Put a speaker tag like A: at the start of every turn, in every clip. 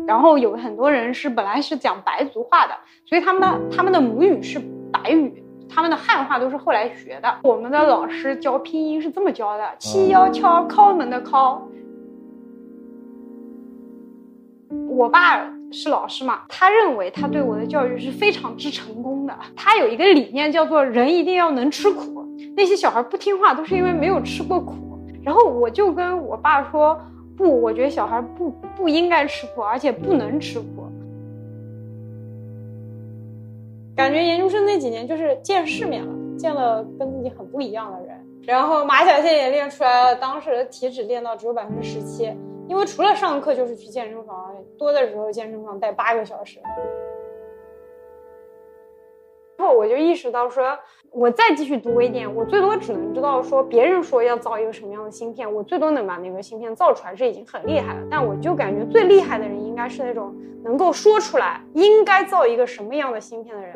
A: 然后有很多人是本来是讲白族话的，所以他们的母语是白语，他们的汉话都是后来学的。我们的老师教拼音是这么教的：七幺敲，敲门的敲。我爸是老师嘛，他认为他对我的教育是非常之成功的。他有一个理念叫做人一定要能吃苦，那些小孩不听话都是因为没有吃过苦。然后我就跟我爸说，不，我觉得小孩不应该吃苦，而且不能吃苦。感觉研究生那几年就是见世面了，见了跟自己很不一样的人，然后马甲线也练出来了，当时的体脂练到只有17%，因为除了上课就是去健身房，多的时候健身房待8个小时。然后我就意识到说，我再继续读微电，我最多只能知道说别人说要造一个什么样的芯片，我最多能把那个芯片造出来，这已经很厉害了。但我就感觉最厉害的人应该是那种能够说出来应该造一个什么样的芯片的人。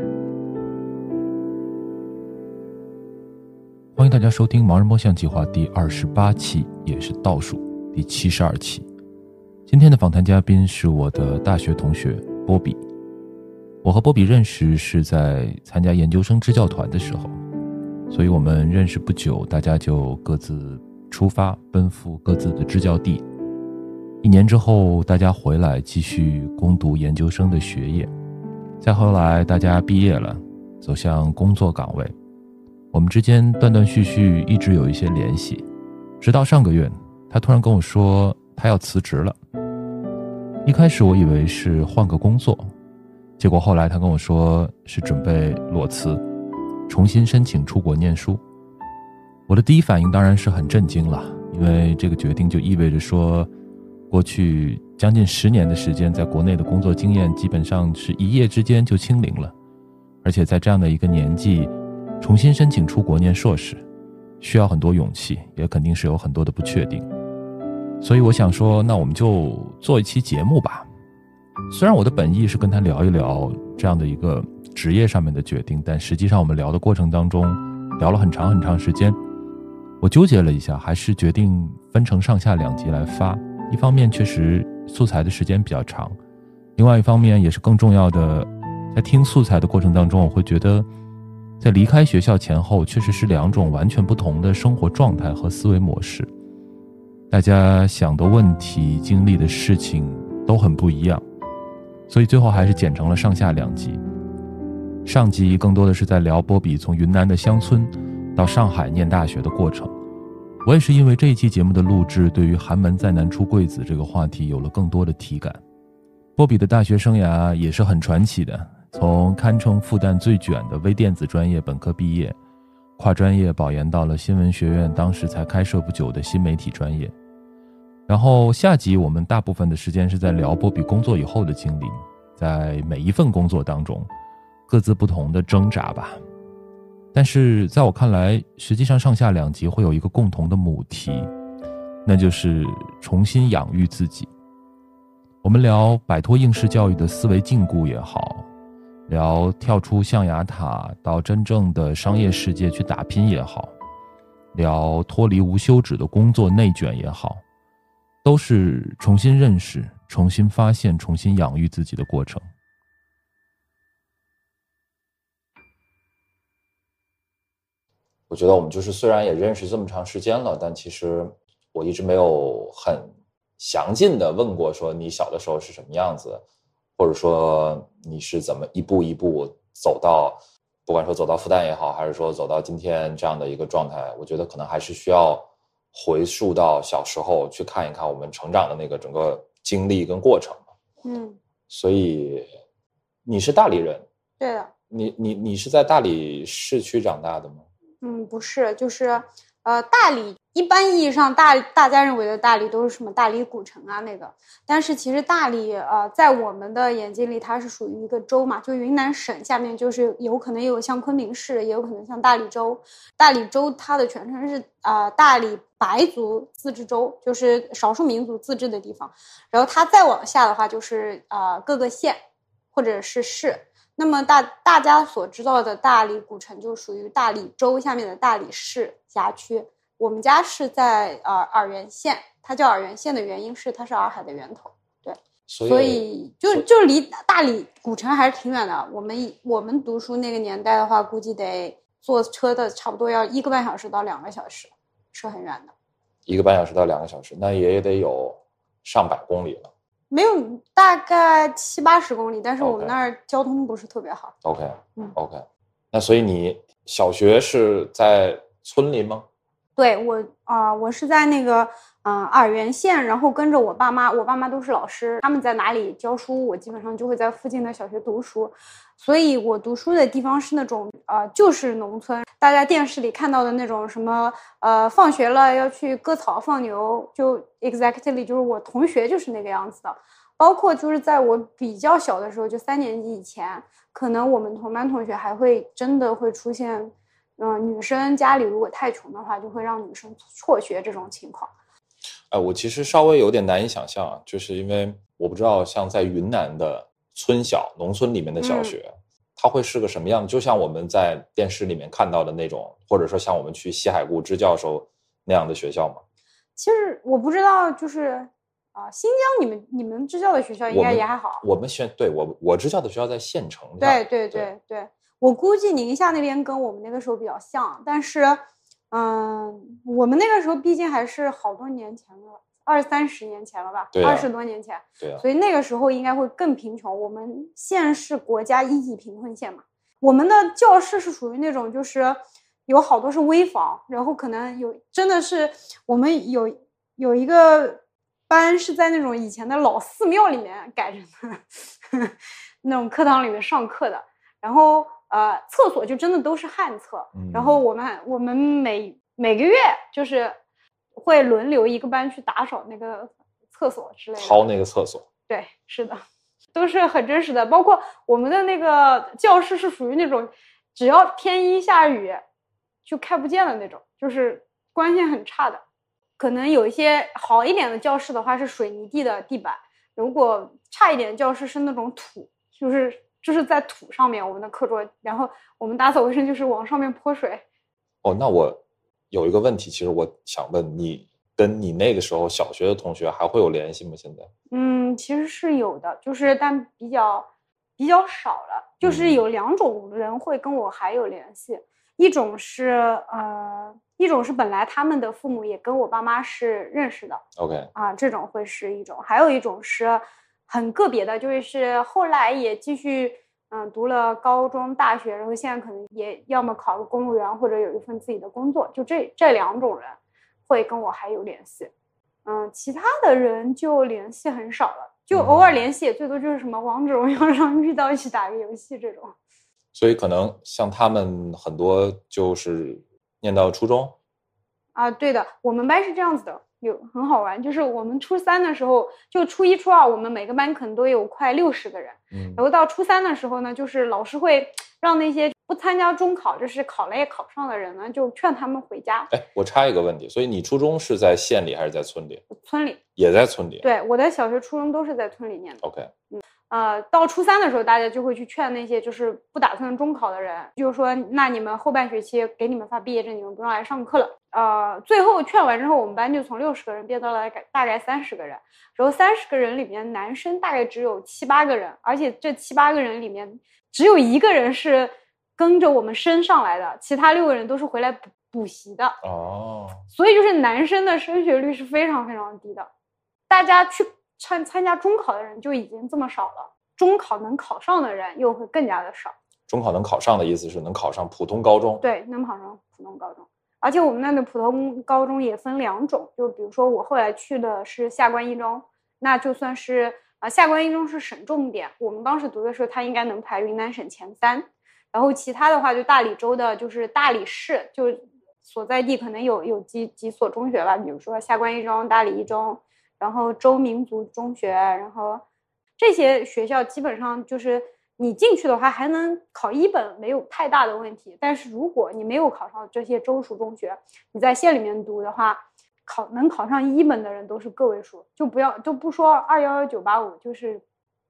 B: 欢迎大家收听盲人摸象计划第28期，也是倒数第72期。今天的访谈嘉宾是我的大学同学波比。我和波比认识是在参加研究生支教团的时候，所以我们认识不久，大家就各自出发，奔赴各自的支教地。1年之后，大家回来继续攻读研究生的学业。再后来，大家毕业了，走向工作岗位。我们之间断断续续一直有一些联系，直到上个月，他突然跟我说他要辞职了。一开始我以为是换个工作，结果后来他跟我说是准备裸辞，重新申请出国念书。我的第一反应当然是很震惊了，因为这个决定就意味着说，过去将近10年的时间在国内的工作经验基本上是一夜之间就清零了，而且在这样的一个年纪重新申请出国念硕士，需要很多勇气，也肯定是有很多的不确定。所以我想说，那我们就做一期节目吧。虽然我的本意是跟他聊一聊这样的一个职业上面的决定，但实际上我们聊的过程当中聊了很长很长时间。我纠结了一下，还是决定分成上下2集来发。一方面确实素材的时间比较长，另外一方面也是更重要的，在听素材的过程当中，我会觉得在离开学校前后确实是2种完全不同的生活状态和思维模式，大家想的问题经历的事情都很不一样，所以最后还是剪成了上下2集。上集更多的是在聊波比从云南的乡村到上海念大学的过程。我也是因为这一期节目的录制，对于寒门再难出贵子这个话题有了更多的体感。波比的大学生涯也是很传奇的，从堪称复旦最卷的微电子专业本科毕业，跨专业保研到了新闻学院当时才开设不久的新媒体专业。然后下集我们大部分的时间是在聊波比工作以后的经历，在每一份工作当中各自不同的挣扎吧。但是在我看来，实际上上下2集会有一个共同的母题，那就是重新养育自己。我们聊摆脱应试教育的思维禁锢也好，聊跳出象牙塔到真正的商业世界去打拼也好，聊脱离无休止的工作内卷也好，都是重新认识、重新发现、重新养育自己的过程。
C: 我觉得我们就是虽然也认识这么长时间了，但其实我一直没有很详尽的问过说你小的时候是什么样子，或者说你是怎么一步一步走到，不管说走到复旦也好，还是说走到今天这样的一个状态。我觉得可能还是需要回溯到小时候去看一看我们成长的那个整个经历跟过程。所以你是大理人？
A: 对的。
C: 你是在大理市区长大的吗？
A: 不是，就是大理一般意义上大家认为的大理都是什么大理古城啊那个，但是其实大理在我们的眼睛里它是属于一个州嘛，就云南省下面就是有可能有像昆明市，也有可能像大理州。大理州它的全称是大理白族自治州，就是少数民族自治的地方。然后它再往下的话就是各个县或者是市。那么大家所知道的大理古城就属于大理州下面的大理市辖区。我们家是在洱源县，它叫洱源县的原因是它是洱海的源头。对， 所以就离大理古城还是挺远的。我们读书那个年代的话，估计得坐车的差不多要1个半小时到2个小时，是很远的。
C: 1个半小时到2个小时，那也得有上百公里了。
A: 没有，大概70、80公里，但是我们那儿交通不是特别好。
C: OK， 那所以你小学是在村里吗？
A: 对，我是在那个洱源县，然后跟着我爸妈都是老师，他们在哪里教书，我基本上就会在附近的小学读书，所以我读书的地方是那种就是农村，大家电视里看到的那种什么放学了要去割草放牛，就 exactly 就是我同学就是那个样子的。包括就是在我比较小的时候，就3年级以前，可能我们同班同学还会真的会出现女生家里如果太穷的话，就会让女生辍学这种情况。
C: 我其实稍微有点难以想象啊，就是因为我不知道像在云南的村小农村里面的小学，它会是个什么样的？就像我们在电视里面看到的那种，或者说像我们去西海固支教时候那样的学校吗？
A: 其实我不知道，就是新疆你们支教的学校应该也还好。
C: 我支教的学校在县城。
A: 对，我估计宁夏那边跟我们那个时候比较像，但是我们那个时候毕竟还是好多年前了，20、30年前了吧，20多年前。
C: 对啊，
A: 所以那个时候应该会更贫穷。我们县是国家1级贫困县嘛，我们的教室是属于那种就是有好多是危房，然后可能真的是我们有一个班是在那种以前的老寺庙里面改成的那种课堂里面上课的，然后厕所就真的都是旱厕，然后我们每个月就是会轮流一个班去打扫那个厕所之类的，
C: 掏那个厕所。
A: 对，是的，都是很真实的。包括我们的那个教室是属于那种只要天一下雨就看不见的那种，就是光线很差的。可能有一些好一点的教室的话是水泥地的地板，如果差一点的教室是那种土，就是在土上面我们的课桌，然后我们打扫卫生就是往上面泼水。
C: 那我有一个问题，其实我想问你，跟你那个时候小学的同学还会有联系吗？现在？
A: 其实是有的，就是但比较少了。就是有2种人会跟我还有联系，一种是本来他们的父母也跟我爸妈是认识的
C: ，OK
A: 这种会是一种，还有一种是很个别的，就是后来也继续读了高中大学，然后现在可能也要么考个公务员或者有一份自己的工作，就这2种人会跟我还有联系。其他的人就联系很少了，就偶尔联系，也最多就是什么王者荣耀上遇到一起打个游戏这种。
C: 所以可能像他们很多就是念到初中
A: 对的，我们班是这样子的，很好玩，就是我们初3的时候，就初1、初2，我们每个班可能都有快60个人，然后到初3的时候呢，就是老师会让那些不参加中考，就是考了也考不上的人呢，就劝他们回家。
C: 我插一个问题，所以你初中是在县里还是在村里？
A: 村里。
C: 也在村里。
A: 对，我的小学初中都是在村里念的。
C: OK。
A: 到初3的时候，大家就会去劝那些就是不打算中考的人，就是说那你们后半学期给你们发毕业证，你们不用来上课了。最后劝完之后，我们班就从60个人变到了大概30个人，然后30个人里面男生大概只有7、8个人，而且这7、8个人里面只有1个人是跟着我们升上来的，其他6个人都是回来补习的。所以就是男生的升学率是非常非常低的，大家去参加中考的人就已经这么少了，中考能考上的人又会更加的少。
C: 中考能考上的意思是能考上普通高中？
A: 对，能考上普通高中。而且我们那的普通高中也分2种，就比如说我后来去的是下关一中，那就算是下关一中是省重点，我们当时读的时候它应该能排云南省前3，然后其他的话就大理州的就是大理市就所在地可能有几所中学吧，比如说下关一中、大理一中，然后州民族中学，然后这些学校基本上就是你进去的话还能考1本，没有太大的问题。但是如果你没有考上这些州属中学，你在县里面读的话，能考上1本的人都是个位数，就不说211、985，就是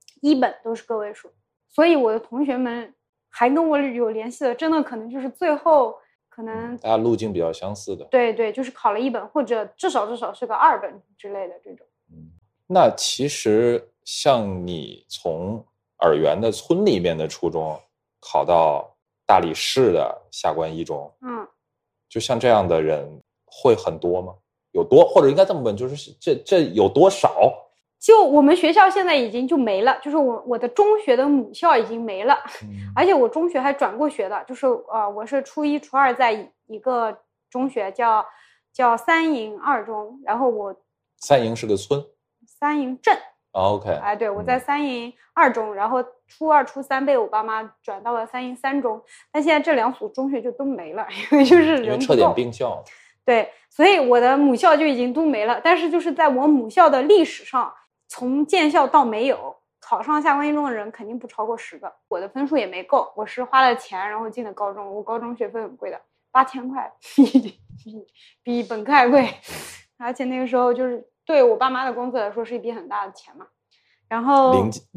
A: 1本都是个位数。所以我的同学们还跟我有联系的，真的可能就是最后可能
C: 大家路径比较相似的。
A: 对，就是考了1本，或者至少是个2本之类的这种。
C: 那其实像你从洱源的村里面的初中考到大理市的下关一中，就像这样的人会很多吗？有多，或者应该这么问，就是这有多少？
A: 就我们学校现在已经就没了，就是我的中学的母校已经没了，而且我中学还转过学的，就是我是初一初二在一个中学叫三营二中，然后我
C: 三营是个村，
A: 三营镇。
C: OK，
A: 哎，对，我在三营二中，然后初二初三被我爸妈转到了三营三中，但现在这两所中学就都没了，因为就是人不够，
C: 因为撤点并校。
A: 对，所以我的母校就已经都没了。但是就是在我母校的历史上，从建校到没有考上下关一中的人肯定不超过10个。我的分数也没够，我是花了钱然后进的高中，我高中学费很贵的，8000块，比本科还贵，而且那个时候就是对我爸妈的工资来说是一笔很大的钱嘛。然后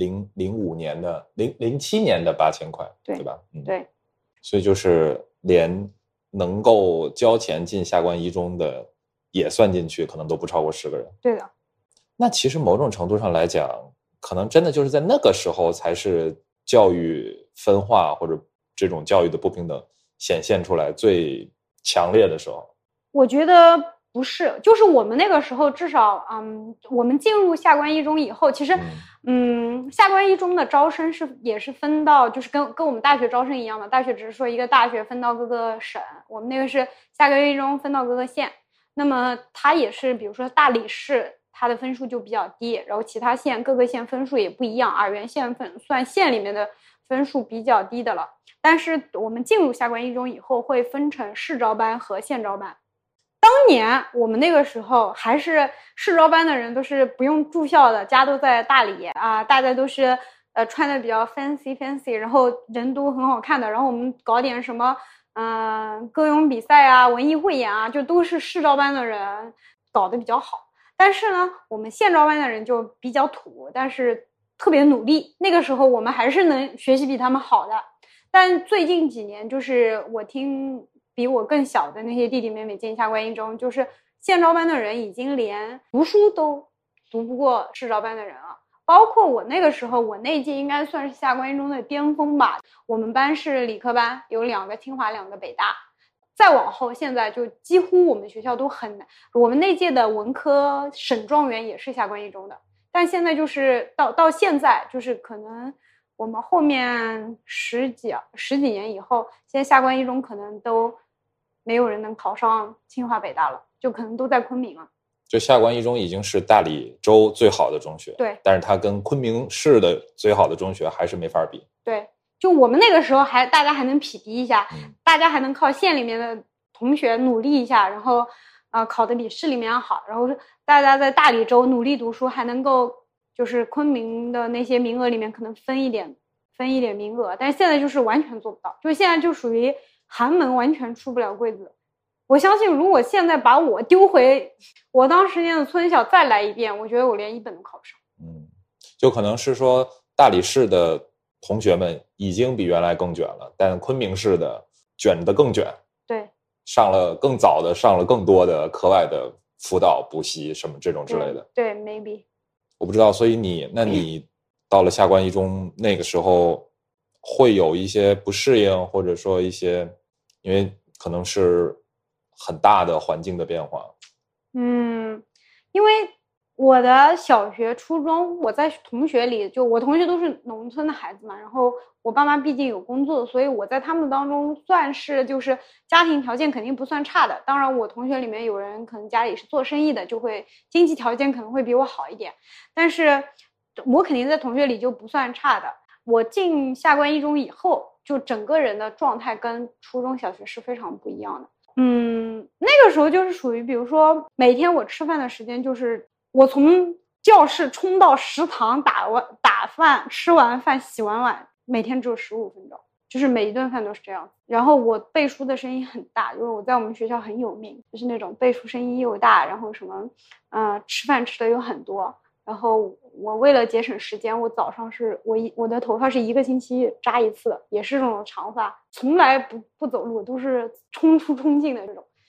C: 05年的07年的8000块， 对吧？
A: 对，
C: 所以就是连能够交钱进下关一中的也算进去，可能都不超过10个人。
A: 对的。
C: 那其实某种程度上来讲，可能真的就是在那个时候才是教育分化或者这种教育的不平等显现出来最强烈的时候。
A: 我觉得不是，就是我们那个时候至少我们进入下关一中以后，其实下关一中的招生也是分到，就是跟我们大学招生一样的，大学只是说一个大学分到各个省，我们那个是下关一中分到各个县。那么它也是比如说大理市它的分数就比较低，然后其他县各个县分数也不一样，洱源县算县里面的分数比较低的了。但是我们进入下关一中以后会分成市招班和县招班。当年我们那个时候还是市招班的人都是不用住校的，家都在大理啊，大家都是穿的比较 fancy， 然后人都很好看的，然后我们搞点什么歌咏比赛啊、文艺汇演啊，就都是市招班的人搞得比较好。但是呢，我们县招班的人就比较土，但是特别努力。那个时候我们还是能学习比他们好的。但最近几年，就是我听比我更小的那些弟弟妹妹进下关一中，就是县招班的人已经连读书都读不过市招班的人了。包括我那个时候，我那届应该算是下关一中的巅峰吧。我们班是理科班，有2个清华，2个北大。再往后，现在就几乎我们学校都很难。我们那届的文科省状元也是下关一中的，但现在就是到现在，就是可能我们后面十几年以后，现在下关一中可能都没有人能考上清华北大了，就可能都在昆明了。
C: 就下关一中已经是大理州最好的中学，
A: 对，
C: 但是它跟昆明市的最好的中学还是没法比。
A: 对，就我们那个时候大家还能匹敌一下，大家还能靠县里面的同学努力一下，然后考得比市里面好，然后大家在大理州努力读书，还能够就是昆明的那些名额里面可能分一点名额。但是现在就是完全做不到，就现在就属于寒门完全出不了柜子。我相信如果现在把我丢回我当时念的村小再来一遍，我觉得我连1本都考不上。
C: 就可能是说大理市的同学们已经比原来更卷了，但昆明市的卷得更卷。
A: 对，
C: 上了更早的，上了更多的课外的辅导补习什么这种之类的。
A: 对 maybe
C: 我不知道。所以你到了下关一中那个时候会有一些不适应，或者说一些因为可能是很大的环境的变化。
A: 因为我的小学初中我在同学里，就我同学都是农村的孩子嘛，然后我爸妈毕竟有工作，所以我在他们当中算是就是家庭条件肯定不算差的。当然我同学里面有人可能家里是做生意的，就会经济条件可能会比我好一点，但是我肯定在同学里就不算差的。我进下关一中以后，就整个人的状态跟初中小学是非常不一样的。那个时候就是属于比如说每天我吃饭的时间，就是我从教室冲到食堂打饭，吃完饭洗完碗，每天只有15分钟，就是每一顿饭都是这样。然后我背书的声音很大，因为我在我们学校很有名，就是那种背书声音又大，然后什么吃饭吃的有很多。然后我为了节省时间，我早上我的头发是1个星期扎一次，也是这种长发，从来不走路，都是冲出冲进的这种。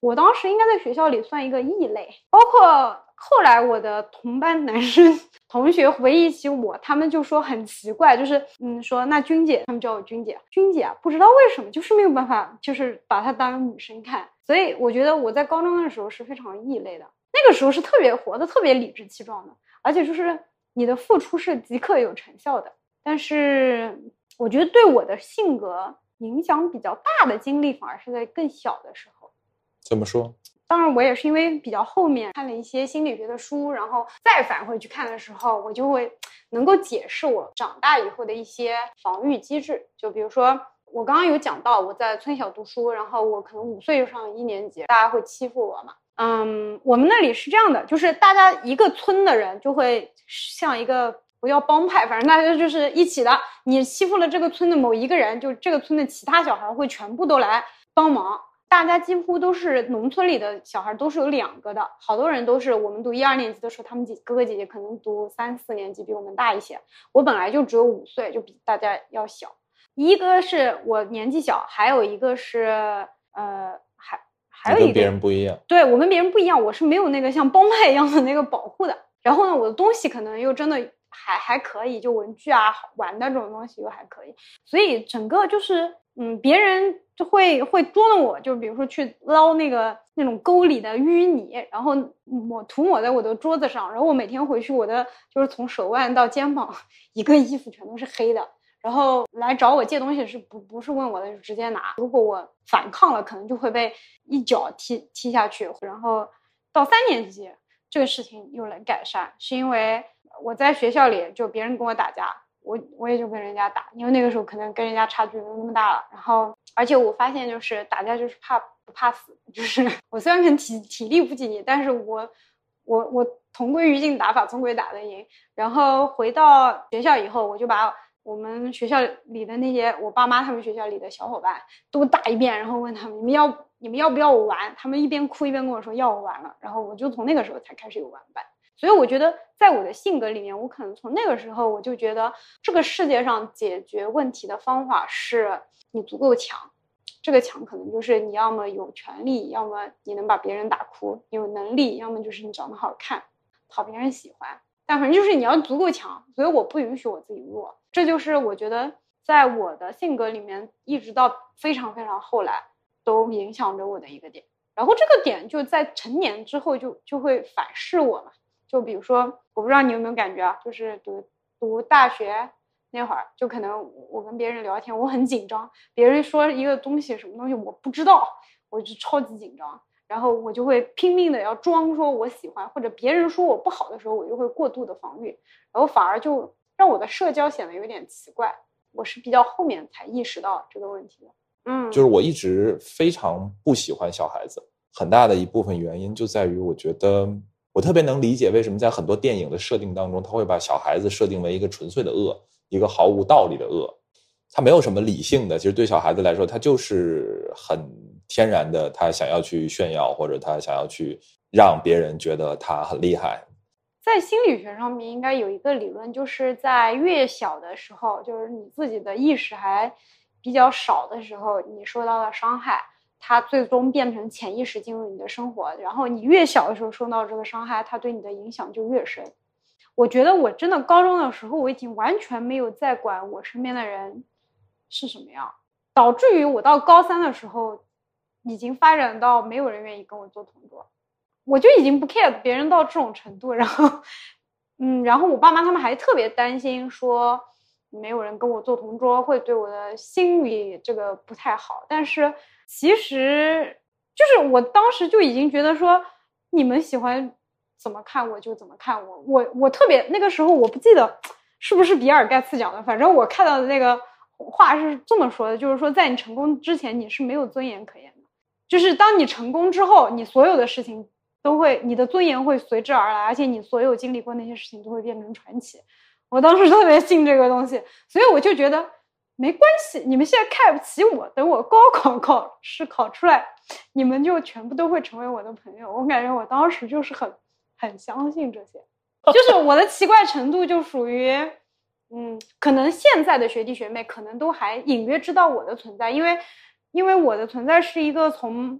A: 我当时应该在学校里算一个异类，包括后来我的同班男生同学回忆起我，他们就说很奇怪，就是说那君姐，他们叫我君姐啊，不知道为什么就是没有办法，就是把她当女生看。所以我觉得我在高中的时候是非常异类的，那个时候是特别活得特别理直气壮的，而且就是你的付出是即刻有成效的。但是我觉得对我的性格影响比较大的经历反而是在更小的时候。
C: 怎么说？
A: 当然我也是因为比较后面看了一些心理学的书，然后再返回去看的时候，我就会能够解释我长大以后的一些防御机制。就比如说我刚刚有讲到我在村小读书，然后我可能5岁就上1年级，大家会欺负我嘛。我们那里是这样的，就是大家一个村的人就会像一个不叫帮派，反正大家就是一起的，你欺负了这个村的某一个人，就这个村的其他小孩会全部都来帮忙。大家几乎都是农村里的小孩，都是有2个的，好多人都是我们读1、2年级的时候，他们哥哥姐姐可能读3、4年级，比我们大一些。我本来就只有5岁，就比大家要小。一个是我年纪小，还有一个是还有一个
C: 跟别人不一样。
A: 对，我跟别人不一样，我是没有那个像帮派一样的那个保护的。然后呢，我的东西可能又真的还可以，就文具啊、玩的这种东西又还可以，所以整个就是别人就会捉弄我，就比如说去捞那种沟里的淤泥，然后涂抹在我的桌子上，然后我每天回去我的就是从手腕到肩膀一个衣服全都是黑的。然后来找我借东西是不是问我的就直接拿，如果我反抗了可能就会被一脚踢下去。然后到3年级这个事情又来改善，是因为我在学校里就别人跟我打架，我也就跟人家打，因为那个时候可能跟人家差距没有那么大了。然后而且我发现就是打架就是不怕死，就是我虽然可能体力不及你，但是我同归于尽，打法总归打得赢。然后回到学校以后，我就把我们学校里的那些我爸妈他们学校里的小伙伴都打一遍，然后问他们你们要不要我玩，他们一边哭一边跟我说要我玩了，然后我就从那个时候才开始有玩伴。所以我觉得在我的性格里面，我可能从那个时候我就觉得这个世界上解决问题的方法是你足够强，这个强可能就是你要么有权利，要么你能把别人打哭，你有能力，要么就是你长得好看讨别人喜欢，但反正就是你要足够强。所以我不允许我自己弱，这就是我觉得在我的性格里面一直到非常非常后来都影响着我的一个点。然后这个点就在成年之后就会反噬我嘛。就比如说我不知道你有没有感觉啊，就是读大学那会儿，就可能我跟别人聊天我很紧张，别人说一个东西什么东西我不知道，我就超级紧张，然后我就会拼命的要装说我喜欢，或者别人说我不好的时候我就会过度的防御，然后反而就让我的社交显得有点奇怪。我是比较后面才意识到这个问题的。
C: 就是我一直非常不喜欢小孩子，很大的一部分原因就在于我觉得我特别能理解为什么在很多电影的设定当中，他会把小孩子设定为一个纯粹的恶，一个毫无道理的恶，他没有什么理性的。其实对小孩子来说，他就是很天然的，他想要去炫耀，或者他想要去让别人觉得他很厉害。
A: 在心理学上面应该有一个理论，就是在越小的时候，就是你自己的意识还比较少的时候，你受到了伤害，它最终变成潜意识进入你的生活，然后你越小的时候受到这个伤害，它对你的影响就越深。我觉得我真的高中的时候，我已经完全没有在管我身边的人是什么样，导致于我到高3的时候已经发展到没有人愿意跟我做同桌，我就已经不 care 别人到这种程度。然后我爸妈他们还特别担心说没有人跟我做同桌会对我的心理这个不太好，但是其实就是我当时就已经觉得说你们喜欢怎么看我就怎么看我特别那个时候我不记得是不是比尔盖茨讲的，反正我看到的那个话是这么说的，就是说在你成功之前你是没有尊严可言的，就是当你成功之后，你所有的事情都会，你的尊严会随之而来，而且你所有经历过那些事情都会变成传奇。我当时特别信这个东西，所以我就觉得没关系，你们现在看不起我，等我高考考试考出来，你们就全部都会成为我的朋友。我感觉我当时就是很相信这些，就是我的奇怪程度就属于可能现在的学弟学妹可能都还隐约知道我的存在，因为我的存在是一个从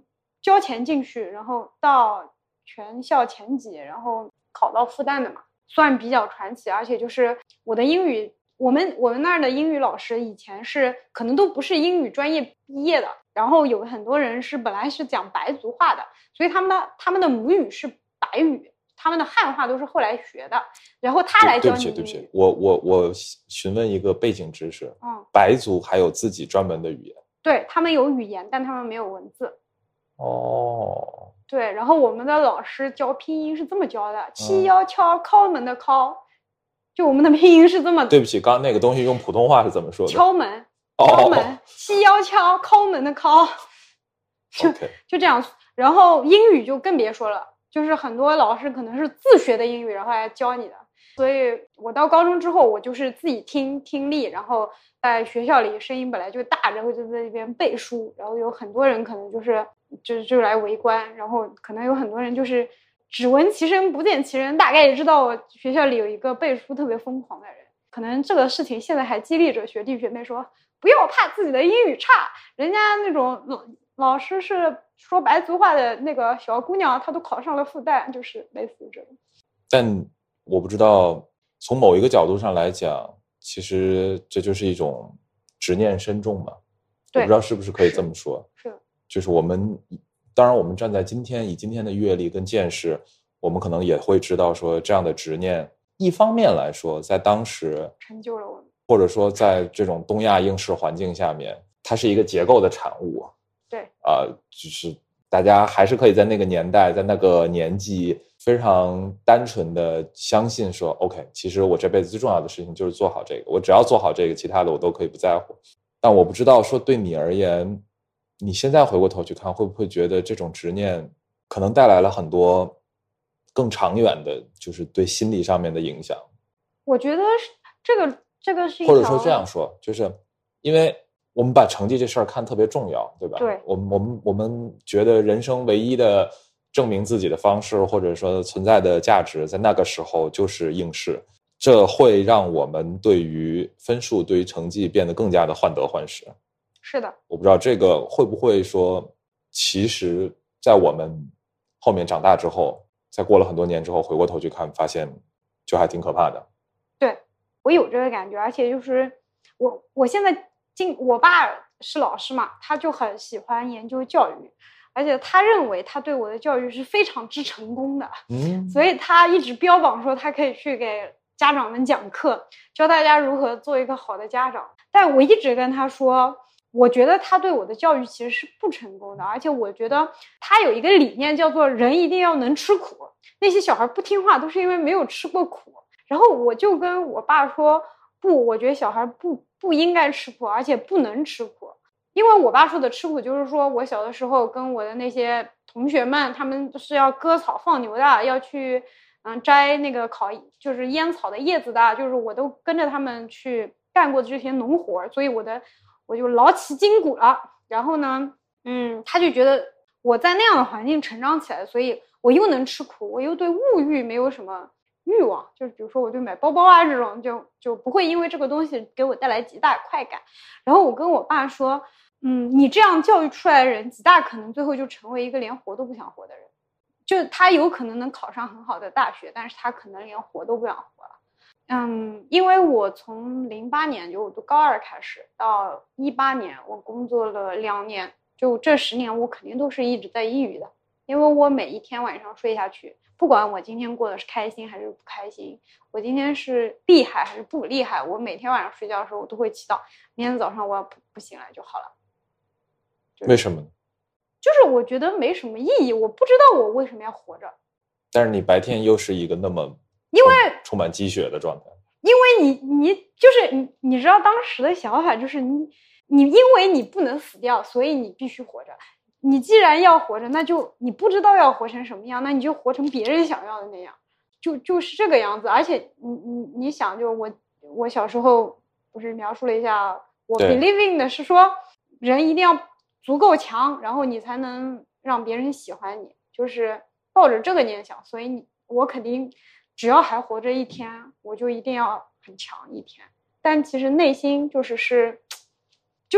A: 交钱进去，然后到全校前几，然后考到复旦的嘛，算比较传奇。而且就是我的英语，我们那儿的英语老师以前是可能都不是英语专业毕业的，然后有很多人是本来是讲白族话的，所以他们的母语是白语，他们的汉话都是后来学的，然后他来教你。
C: 对不起，我询问一个背景知识，白族还有自己专门的语言？对，
A: 他们有语言，但他们没有文字。
C: 哦，
A: 对，然后我们的老师教拼音是这么教的：七幺敲敲门的敲，就我们的拼音是这么。
C: 对不起，刚刚那个东西用普通话是怎么说的？
A: 敲门，敲门，七幺敲敲门的敲，就这样。然后英语就更别说了，就是很多老师可能是自学的英语，然后来教你的。所以我到高中之后，我就是自己听力，然后在学校里声音本来就大，然后就在那边背书，然后有很多人可能就来围观，然后可能有很多人就是只闻其声不见其人，大概也知道我学校里有一个背书特别疯狂的人。可能这个事情现在还激励着学弟学妹说，不要怕自己的英语差，人家那种老师是说白族话的那个小姑娘，她都考上了复旦，就是类似于这种。
C: 但我不知道，从某一个角度上来讲，其实这就是一种执念深重嘛。我不知道是不是可以这么说。
A: 是，
C: 就是我们，当然我们站在今天，以今天的阅历跟见识，我们可能也会知道说，这样的执念，一方面来说，在当时
A: 成就了我们，
C: 或者说在这种东亚应试环境下面，它是一个结构的产物。
A: 对，
C: 就是大家还是可以在那个年代，在那个年纪，非常单纯的相信说 OK， 其实我这辈子最重要的事情就是做好这个，我只要做好这个，其他的我都可以不在乎。但我不知道说对你而言，你现在回过头去看，会不会觉得这种执念可能带来了很多更长远的，就是对心理上面的影响？
A: 我觉得这个是一条，
C: 或者说这样说，就是因为我们把成绩这事儿看特别重要，对吧？
A: 对，
C: 我们觉得人生唯一的证明自己的方式，或者说存在的价值，在那个时候就是应试，这会让我们对于分数、对于成绩变得更加的患得患失。
A: 是的，
C: 我不知道这个会不会说，其实在我们后面长大之后，在过了很多年之后，回过头去看，发现就还挺可怕的。
A: 对，我有这个感觉，而且就是我现在我爸是老师嘛，他就很喜欢研究教育，而且他认为他对我的教育是非常之成功的，所以他一直标榜说他可以去给家长们讲课，教大家如何做一个好的家长。但我一直跟他说，我觉得他对我的教育其实是不成功的，而且我觉得他有一个理念叫做人一定要能吃苦，那些小孩不听话都是因为没有吃过苦。然后我就跟我爸说，不，我觉得小孩不应该吃苦，而且不能吃苦。因为我爸说的吃苦就是说，我小的时候跟我的那些同学们，他们是要割草放牛的，要去摘那个就是烟草的叶子的，就是我都跟着他们去干过这些农活，所以我就劳其筋骨了。然后呢，他就觉得我在那样的环境成长起来，所以我又能吃苦，我又对物欲没有什么欲望，就是比如说我对买包包啊这种就不会因为这个东西给我带来极大快感。然后我跟我爸说，你这样教育出来的人，极大可能最后就成为一个连活都不想活的人。就他有可能能考上很好的大学，但是他可能连活都不想活了。因为我从08年就我读高2开始到18年，我工作了2年，就这10年我肯定都是一直在抑郁的。因为我每一天晚上睡下去，不管我今天过得是开心还是不开心，我今天是厉害还是不厉害，我每天晚上睡觉的时候我都会祈祷明天早上我要不醒来就好了。
C: 为什么呢？
A: 就是我觉得没什么意义，我不知道我为什么要活着。但
C: 是你白天又是一个那么
A: 因为
C: 充满鸡血的状态。
A: 因为你就是你知道当时的想法就是你因为你不能死掉，所以你必须活着。你既然要活着，那就你不知道要活成什么样，那你就活成别人想要的那样，就是这个样子。而且你想，就我小时候不是描述了一下，我 believing 的是说人一定要足够强，然后你才能让别人喜欢你，就是抱着这个念想。所以我肯定只要还活着一天，我就一定要很强一天。但其实内心就是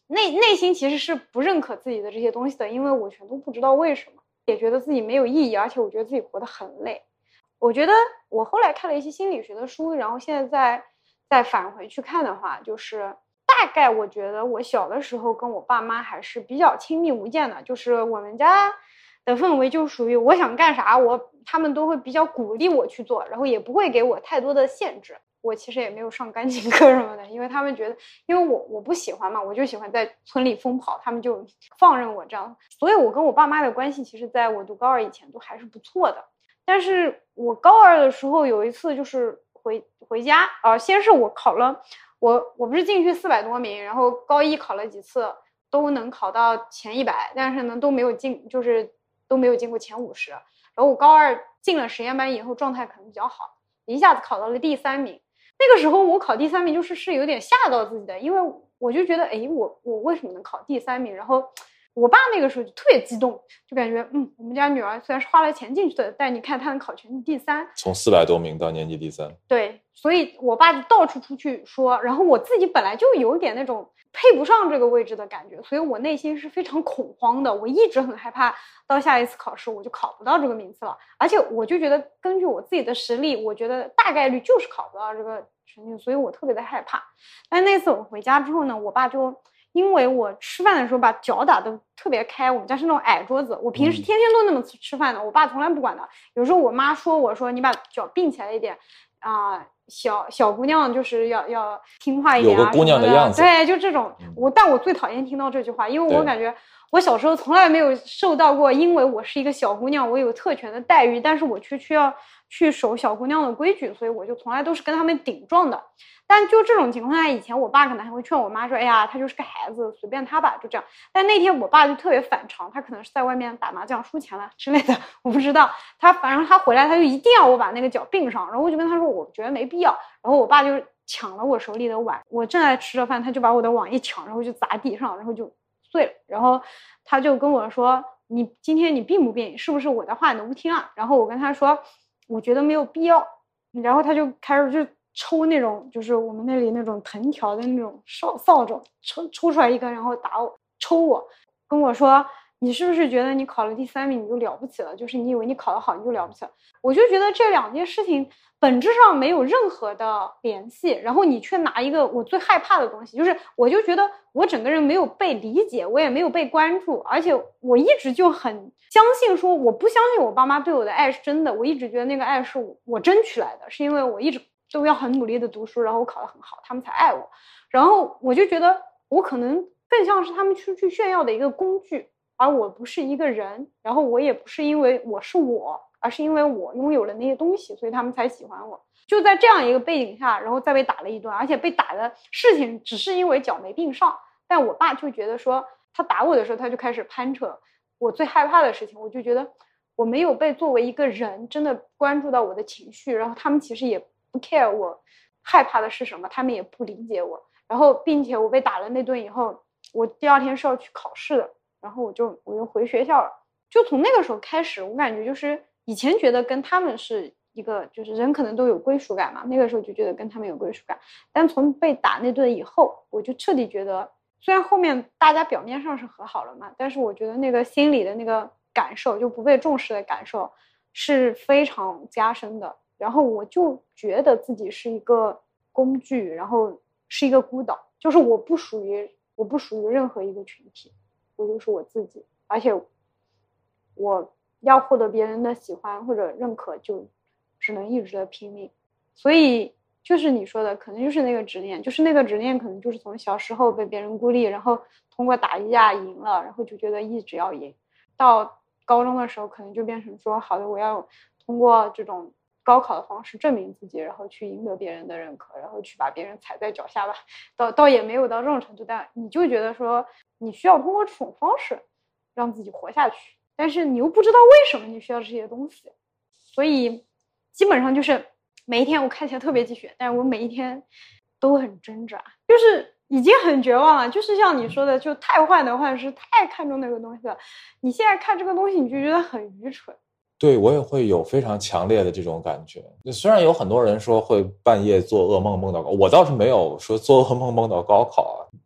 A: 内心其实是不认可自己的这些东西的，因为我全都不知道为什么，也觉得自己没有意义，而且我觉得自己活得很累。我觉得我后来看了一些心理学的书，然后现在再返回去看的话，就是大概我觉得我小的时候跟我爸妈还是比较亲密无间的，就是我们家的氛围就属于我想干啥他们都会比较鼓励我去做，然后也不会给我太多的限制。我其实也没有上钢琴课什么的，因为他们觉得，因为我不喜欢嘛，我就喜欢在村里疯跑，他们就放任我这样，所以我跟我爸妈的关系其实在我读高二以前都还是不错的。但是我高二的时候有一次就是回家先是我考了，我不是进去400多名，然后高一考了几次都能考到前100，但是呢都没有进，就是都没有进过前50。然后我高二进了实验班以后状态可能比较好，一下子考到了第3名。那个时候我考第3名是有点吓到自己的，因为我就觉得我为什么能考第3名？然后我爸那个时候就特别激动，就感觉我们家女儿虽然是花了钱进去的，但你看她能考全年级第3，
C: 从400多名到年级第3。
A: 对，所以我爸就到处出去说，然后我自己本来就有点那种配不上这个位置的感觉，所以我内心是非常恐慌的，我一直很害怕到下一次考试我就考不到这个名次了，而且我就觉得根据我自己的实力，我觉得大概率就是考不到这个成绩，所以我特别的害怕。但那次我回家之后呢，我爸就因为我吃饭的时候把脚打得特别开，我们家是那种矮桌子，我平时天天都那么吃饭的，我爸从来不管的。有时候我妈说我说你把脚并起来一点小姑娘就是要听话一点
C: 有个姑娘的样子。
A: 对，就这种。但我最讨厌听到这句话，因为我感觉我小时候从来没有受到过，因为我是一个小姑娘，我有特权的待遇，但是我却需要去守小姑娘的规矩，所以我就从来都是跟他们顶撞的。但就这种情况下，以前我爸可能还会劝我妈说，哎呀，他就是个孩子，随便他吧，就这样。但那天我爸就特别反常，他可能是在外面打麻将输钱了之类的，我不知道。反正他回来他就一定要我把那个脚并上，然后我就跟他说我觉得没必要，然后我爸就抢了我手里的碗，我正在吃着饭，他就把我的碗一抢，然后就砸地上，然后就碎了。然后他就跟我说，你今天你并不并，是不是我的话你都不听啊？然后我跟他说我觉得没有必要，然后他就开始就抽那种就是我们那里那种藤条的那种扫帚，抽出来一根，然后打我抽我，跟我说你是不是觉得你考了第3名你就了不起了，就是你以为你考得好你就了不起了。我就觉得这2件事情本质上没有任何的联系，然后你却拿一个我最害怕的东西，就是我就觉得我整个人没有被理解，我也没有被关注，而且我一直就很相信说我不相信我爸妈对我的爱是真的，我一直觉得那个爱是我争取来的，是因为我一直都要很努力的读书，然后我考得很好，他们才爱我。然后我就觉得我可能更像是他们去炫耀的一个工具，而我不是一个人，然后我也不是因为我是我，而是因为我拥有了那些东西，所以他们才喜欢我。就在这样一个背景下，然后再被打了一顿，而且被打的事情只是因为脚没并上，但我爸就觉得说他打我的时候他就开始攀扯我最害怕的事情，我就觉得我没有被作为一个人真的关注到我的情绪，然后他们其实也不 care 我害怕的是什么，他们也不理解我。然后并且我被打了那顿以后，我第2天是要去考试的，然后我就回学校了。就从那个时候开始，我感觉就是以前觉得跟他们是一个，就是人可能都有归属感嘛，那个时候就觉得跟他们有归属感。但从被打那顿以后，我就彻底觉得，虽然后面大家表面上是和好了嘛，但是我觉得那个心里的那个感受，就不被重视的感受是非常加深的。然后我就觉得自己是一个工具，然后是一个孤岛，就是我不属于任何一个群体，我就是我自己，而且我要获得别人的喜欢或者认可，就只能一直的拼命。所以就是你说的，可能就是那个执念，就是那个执念可能就是从小时候被别人孤立，然后通过打一架赢了，然后就觉得一直要赢，到高中的时候可能就变成说，好的，我要通过这种高考的方式证明自己，然后去赢得别人的认可，然后去把别人踩在脚下吧。倒也没有到这种程度，但你就觉得说你需要通过这种方式让自己活下去，但是你又不知道为什么你需要这些东西。所以基本上就是每一天我看起来特别鸡血，但是我每一天都很挣扎，就是已经很绝望了。就是像你说的，就太患得患失，太看重那个东西了，你现在看这个东西你就觉得很愚蠢。
C: 对，我也会有非常强烈的这种感觉。虽然有很多人说会半夜做噩梦梦到高，我倒是没有说做噩梦梦到高考啊，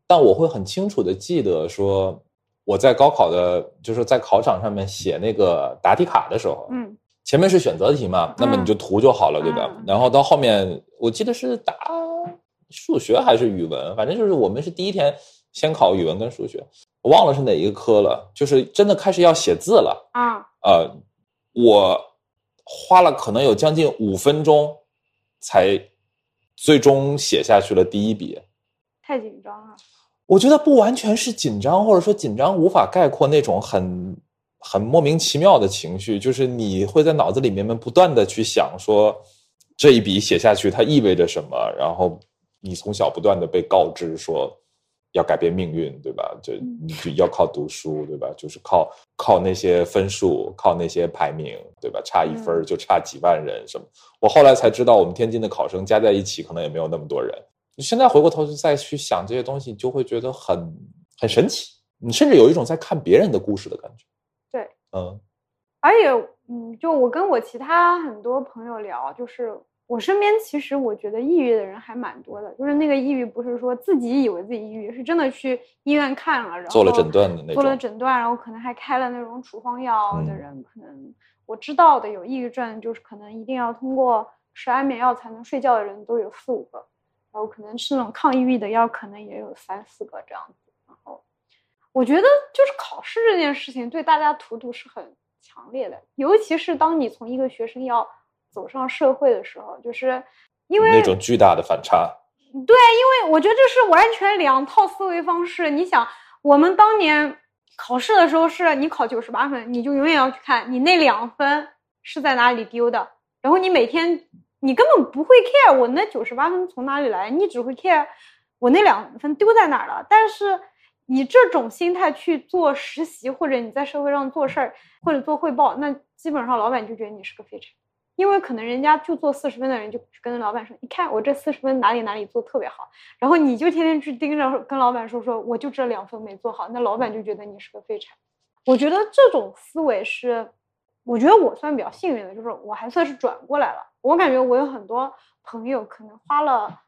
C: 但我会很清楚的记得说，我在高考的，就是在考场上面写那个答题卡的时候，前面是选择题嘛，那么你就涂就好了，对吧？然后到后面，我记得是答数学还是语文，反正就是我们是第一天先考语文跟数学，我忘了是哪一个科了，就是真的开始要写字了我花了可能有将近5分钟才最终写下去了第一笔。
A: 太紧张了。
C: 我觉得不完全是紧张，或者说紧张无法概括那种很莫名其妙的情绪，就是你会在脑子里面不断的去想说这一笔写下去它意味着什么，然后你从小不断的被告知说要改变命运，对吧？你就要靠读书，对吧？就是靠那些分数，靠那些排名，对吧？差1分就差几万人什么。我后来才知道，我们天津的考生加在一起可能也没有那么多人。你现在回过头再去想这些东西，你就会觉得很神奇，你甚至有一种在看别人的故事的感觉。
A: 对，而且就我跟我其他很多朋友聊，就是我身边其实我觉得抑郁的人还蛮多的，就是那个抑郁不是说自己以为自己抑郁，是真的去医院看了，然后
C: 做了诊断的那种，
A: 做了诊断，然后可能还开了那种处方药的人，可能我知道的有抑郁症，就是可能一定要通过吃安眠药才能睡觉的人都有4、5个。然后可能是那种抗抑郁的药，可能也有3、4个这样子。然后我觉得就是考试这件事情对大家荼毒是很强烈的，尤其是当你从一个学生要走上社会的时候，就是因为
C: 那种巨大的反差。
A: 对，因为我觉得这是完全2套思维方式。你想，我们当年考试的时候是你考98分，你就永远要去看你那2分是在哪里丢的，然后你每天。你根本不会 care 我那98分从哪里来，你只会 care 我那2分丢在哪儿了。但是以这种心态去做实习，或者你在社会上做事儿，或者做汇报，那基本上老板就觉得你是个废柴，因为可能人家就做40分的人就跟老板说，你看我这40分哪里做特别好，然后你就天天去盯着跟老板说我就这2分没做好，那老板就觉得你是个废柴。我觉得这种思维是，我觉得我算比较幸运的，就是我还算是转过来了。我感觉我有很多朋友可能花了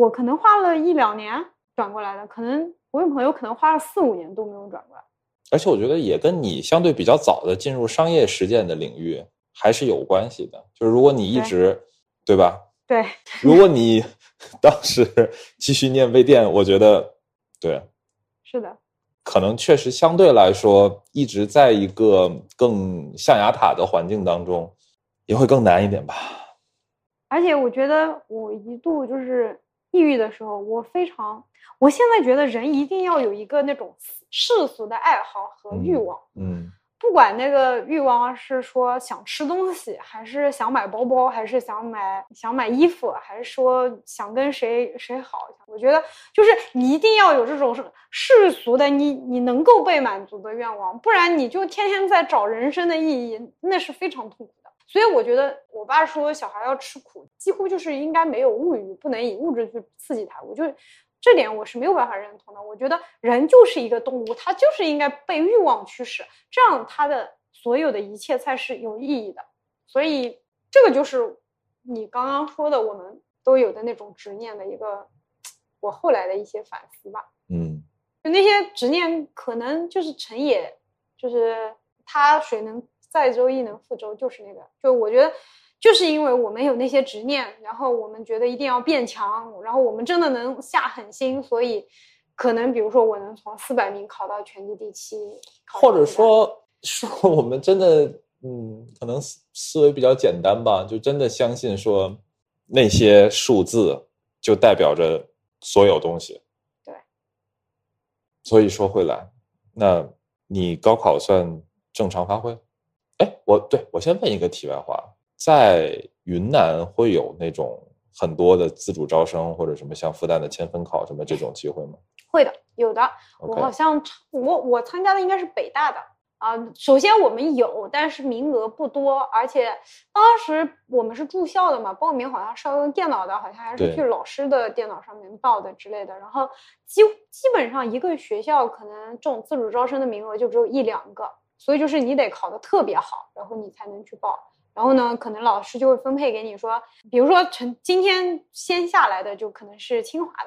A: 1、2年转过来的，可能我有朋友可能花了4、5年都没有转过来。
C: 而且我觉得也跟你相对比较早的进入商业实践的领域还是有关系的。就是如果你一直 对吧？
A: 对，
C: 如果你当时继续念微店，我觉得对，
A: 是的，
C: 可能确实相对来说一直在一个更象牙塔的环境当中也会更难一点吧。
A: 而且我觉得我一度就是抑郁的时候，我现在觉得人一定要有一个那种世俗的爱好和欲望，不管那个欲望是说想吃东西，还是想买包包，还是想买衣服，还是说想跟谁好，我觉得就是你一定要有这种世俗的你能够被满足的愿望，不然你就天天在找人生的意义，那是非常痛苦的。所以我觉得我爸说小孩要吃苦，几乎就是应该没有物欲，不能以物质去刺激他。我就这点我是没有办法认同的。我觉得人就是一个动物，他就是应该被欲望驱使，这样他的所有的一切才是有意义的。所以这个就是你刚刚说的我们都有的那种执念的一个我后来的一些反思吧。就那些执念可能就是成也，就是他水能载舟亦能覆舟，就是那个，就我觉得就是因为我们有那些执念，然后我们觉得一定要变强，然后我们真的能下狠心，所以可能比如说我能从400名考到全级第7，
C: 或者说我们真的可能思维比较简单吧，就真的相信说那些数字就代表着所有东西。
A: 对，
C: 所以说回来，那你高考算正常发挥？我先问一个题外话，在云南会有那种很多的自主招生或者什么像复旦的千分考什么这种机会吗？
A: 会的，有的。我好像我参加的应该是北大的首先我们有，但是名额不多，而且当时我们是住校的嘛，报名好像是要用电脑的，好像还是去老师的电脑上面报的之类的。然后基本上一个学校可能这种自主招生的名额就只有1、2个。所以就是你得考得特别好，然后你才能去报。然后呢，可能老师就会分配给你说，比如说今天先下来的就可能是清华的，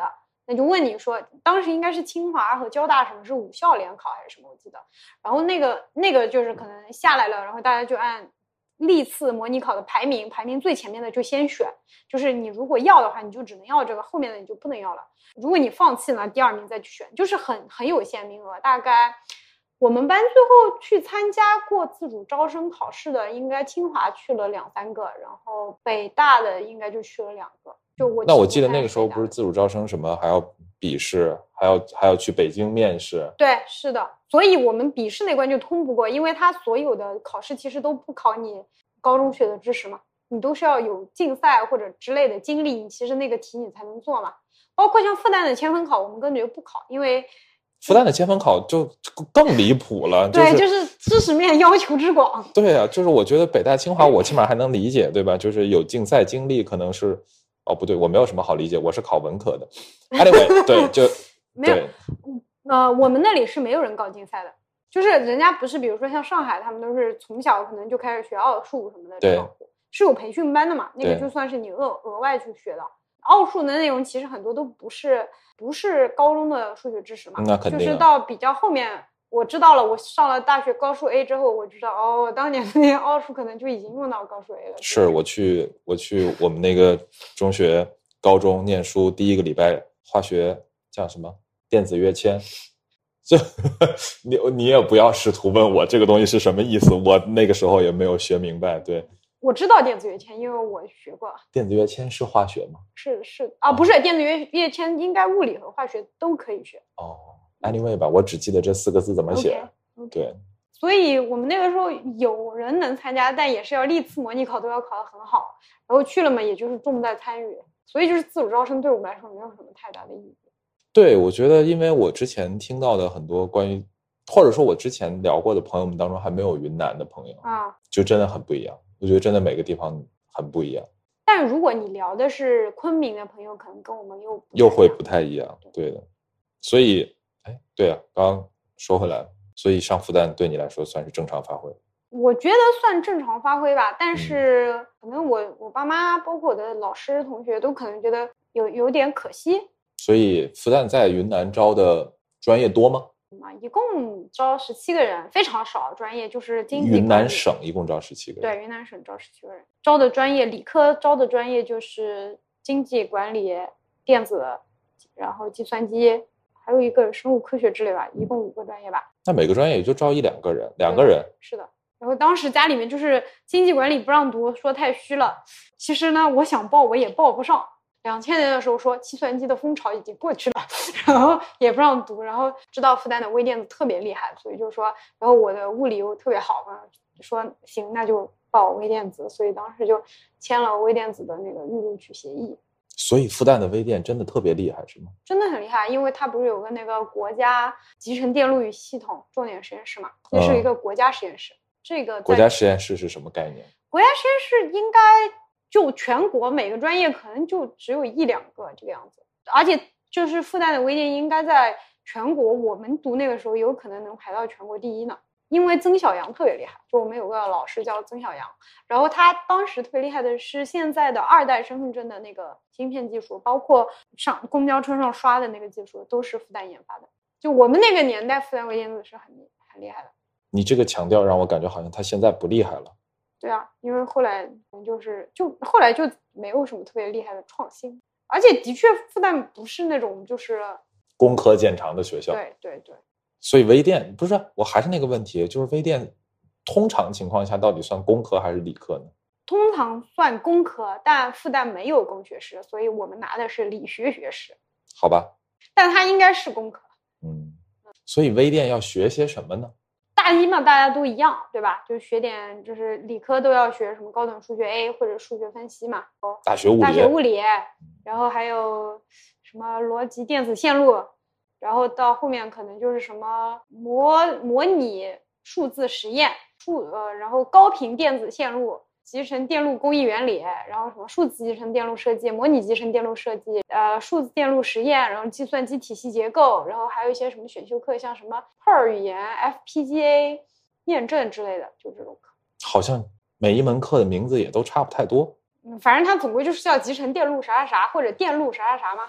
A: 那就问你说，当时应该是清华和交大什么是5校联考还是什么，我记得。然后那个就是可能下来了，然后大家就按历次模拟考的排名最前面的就先选，就是你如果要的话，你就只能要这个，后面的你就不能要了。如果你放弃了，第2名再去选，就是很有限名额。大概我们班最后去参加过自主招生考试的，应该清华去了2-3个，然后北大的应该就去了2个。
C: 那我记得那个时候不是自主招生什么还要笔试，还要去北京面试。
A: 对，是的，所以我们笔试那关就通不过，因为他所有的考试其实都不考你高中学的知识嘛，你都是要有竞赛或者之类的经历，你其实那个题你才能做嘛。包括像复旦的千分考，我们根本就不考，因为
C: 复旦的千分考就更离谱了。
A: 对，就是知识面要求之广。
C: 对啊，就是我觉得北大清华我起码还能理解，对吧？就是有竞赛经历，可能是哦不对，我没有什么好理解，我是考文科的。Anyway， 对，就
A: 没有，我们那里是没有人搞竞赛的，就是人家不是，比如说像上海，他们都是从小可能就开始学奥数什么的，
C: 对，
A: 是有培训班的嘛，那个就算是你额外去学的。奥数的内容其实很多都不是高中的数学知识嘛，
C: 那肯定
A: 就是到比较后面。我知道了，我上了大学高数 A 之后，我知道哦，当年的那些奥数可能就已经用到高数 A 了。
C: 是我去我们那个中学高中念书第1个礼拜，化学叫什么电子跃迁，这你也不要试图问我这个东西是什么意思，我那个时候也没有学明白。对，
A: 我知道电子跃迁，因为我学过。
C: 电子跃迁是化学吗？
A: 是啊，不是电子跃迁，应该物理和化学都可以学。
C: 哦。Anyway 吧，我只记得这4个字怎么写。
A: Okay.
C: 对，
A: 所以我们那个时候有人能参加，但也是要历次模拟考都要考得很好，然后去了嘛，也就是重在参与，所以就是自主招生对我们来说没有什么太大的意义。
C: 对，我觉得因为我之前听到的很多关于，或者说我之前聊过的朋友们当中还没有云南的朋友
A: 啊，
C: 就真的很不一样。我觉得真的每个地方很不一样。
A: 但如果你聊的是昆明的朋友，可能跟我们
C: 又会不太一样。对的，所以。对啊，刚刚说回来了，所以上复旦对你来说算是正常发挥？
A: 我觉得算正常发挥吧，但是可能我爸妈包括我的老师同学都可能觉得有点可惜。
C: 所以复旦在云南招的专业多吗？
A: 一共招17个人，非常少。专业就是经济管理。
C: 云南省一共招17个人。
A: 对，云南省招17个人，招的专业理科招的专业就是经济管理、电子，然后计算机。还有一个生物科学之类吧，一共5个专业吧。
C: 那每个专业也就招1-2个人，2个人。
A: 是的。然后当时家里面就是经济管理不让读，说太虚了。其实呢，我想报我也报不上。2000年的时候说计算机的风潮已经过去了，然后也不让读。然后知道复旦的微电子特别厉害，所以就说，然后我的物理又特别好嘛，说行那就报微电子，所以当时就签了微电子的那个预录取协议。
C: 所以复旦的微电真的特别厉害是吗？
A: 真的很厉害，因为它不是有个那个国家集成电路与系统重点实验室嘛，那是一个国家实验室。这个
C: 国家实验室是什么概念？
A: 国家实验室应该就全国每个专业可能就只有1-2个这个样子，而且就是复旦的微电应该在全国，我们读那个时候有可能能排到全国第1呢。因为曾小阳特别厉害，就我们有个老师叫曾小阳，然后他当时特别厉害的是现在的2代身份证的那个芯片技术，包括上公交车上刷的那个技术都是复旦研发的。就我们那个年代，复旦微电子是很厉害的。
C: 你这个强调让我感觉好像他现在不厉害了。
A: 对啊，因为后来后来就没有什么特别厉害的创新，而且的确复旦不是那种就是
C: 工科见长的学校。
A: 对对对。
C: 所以微电不是，我还是那个问题，就是微电通常情况下到底算工科还是理科呢？
A: 通常算工科，但复旦没有工学士，所以我们拿的是理学学士。
C: 好吧，
A: 但它应该是工科。
C: 所以微电要学些什么呢？
A: 大一嘛，大家都一样，对吧？就学点，就是理科都要学什么高等数学 A 或者数学分析嘛，
C: 大学物理，
A: 然后还有什么逻辑电子线路。然后到后面可能就是什么模拟数字实验，然后高频电子线路、集成电路工艺原理，然后什么数字集成电路设计、模拟集成电路设计，数字电路实验，然后计算机体系结构，然后还有一些什么选修课，像什么 Perl 语言、FPGA 验证之类的，就这种课。
C: 好像每一门课的名字也都差不太多。
A: 反正它总归就是叫集成电路啥啥啥或者电路啥啥啥嘛。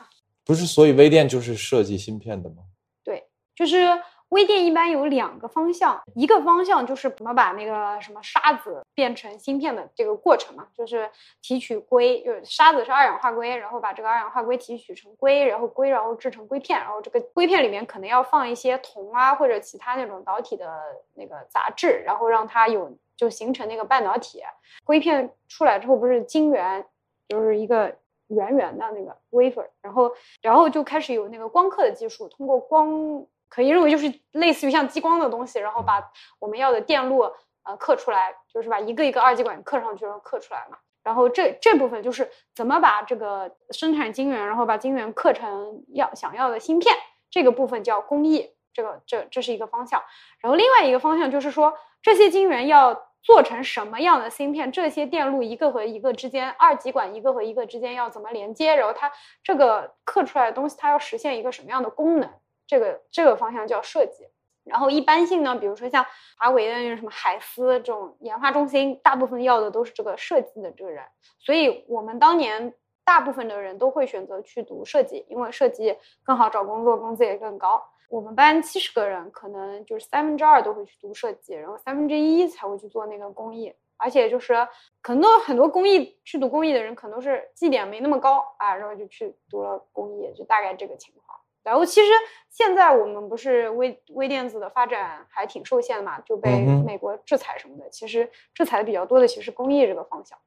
C: 不是所以微店就是设计芯片的吗？
A: 对，就是微店一般有2个方向，一个方向就是怎么把那个什么沙子变成芯片的这个过程嘛，就是提取硅，就是沙子是2氧化硅，然后把这个2氧化硅提取成硅，然后制成硅片，然后这个硅片里面可能要放一些铜啊或者其他那种导体的那个杂质，然后让它就形成那个半导体。硅片出来之后不是晶圆，就是一个圆圆的那个 wafer， 然后就开始有那个光刻的技术，通过光可以认为就是类似于像激光的东西，然后把我们要的电路刻出来，就是把一个一个二极管刻上去，然后刻出来嘛。然后这部分就是怎么把这个生产晶圆，然后把晶圆刻成想要的芯片，这个部分叫工艺，这是一个方向。然后另外一个方向就是说这些晶圆要做成什么样的芯片，这些电路一个和一个之间，二极管一个和一个之间要怎么连接，然后它这个刻出来的东西它要实现一个什么样的功能，这个方向叫设计。然后一般性呢，比如说像华为的什么海思这种研发中心，大部分要的都是这个设计的这个人，所以我们当年大部分的人都会选择去读设计，因为设计更好找工作，工资也更高。我们班70个人，可能就是2/3都会去读设计，然后1/3才会去做那个工艺。而且就是可能很多去读工艺的人，可能是绩点没那么高啊，然后就去读了工艺，就大概这个情况。然后其实现在我们不是微电子的发展还挺受限嘛，就被美国制裁什么的。其实制裁的比较多的其实是工艺这个方向。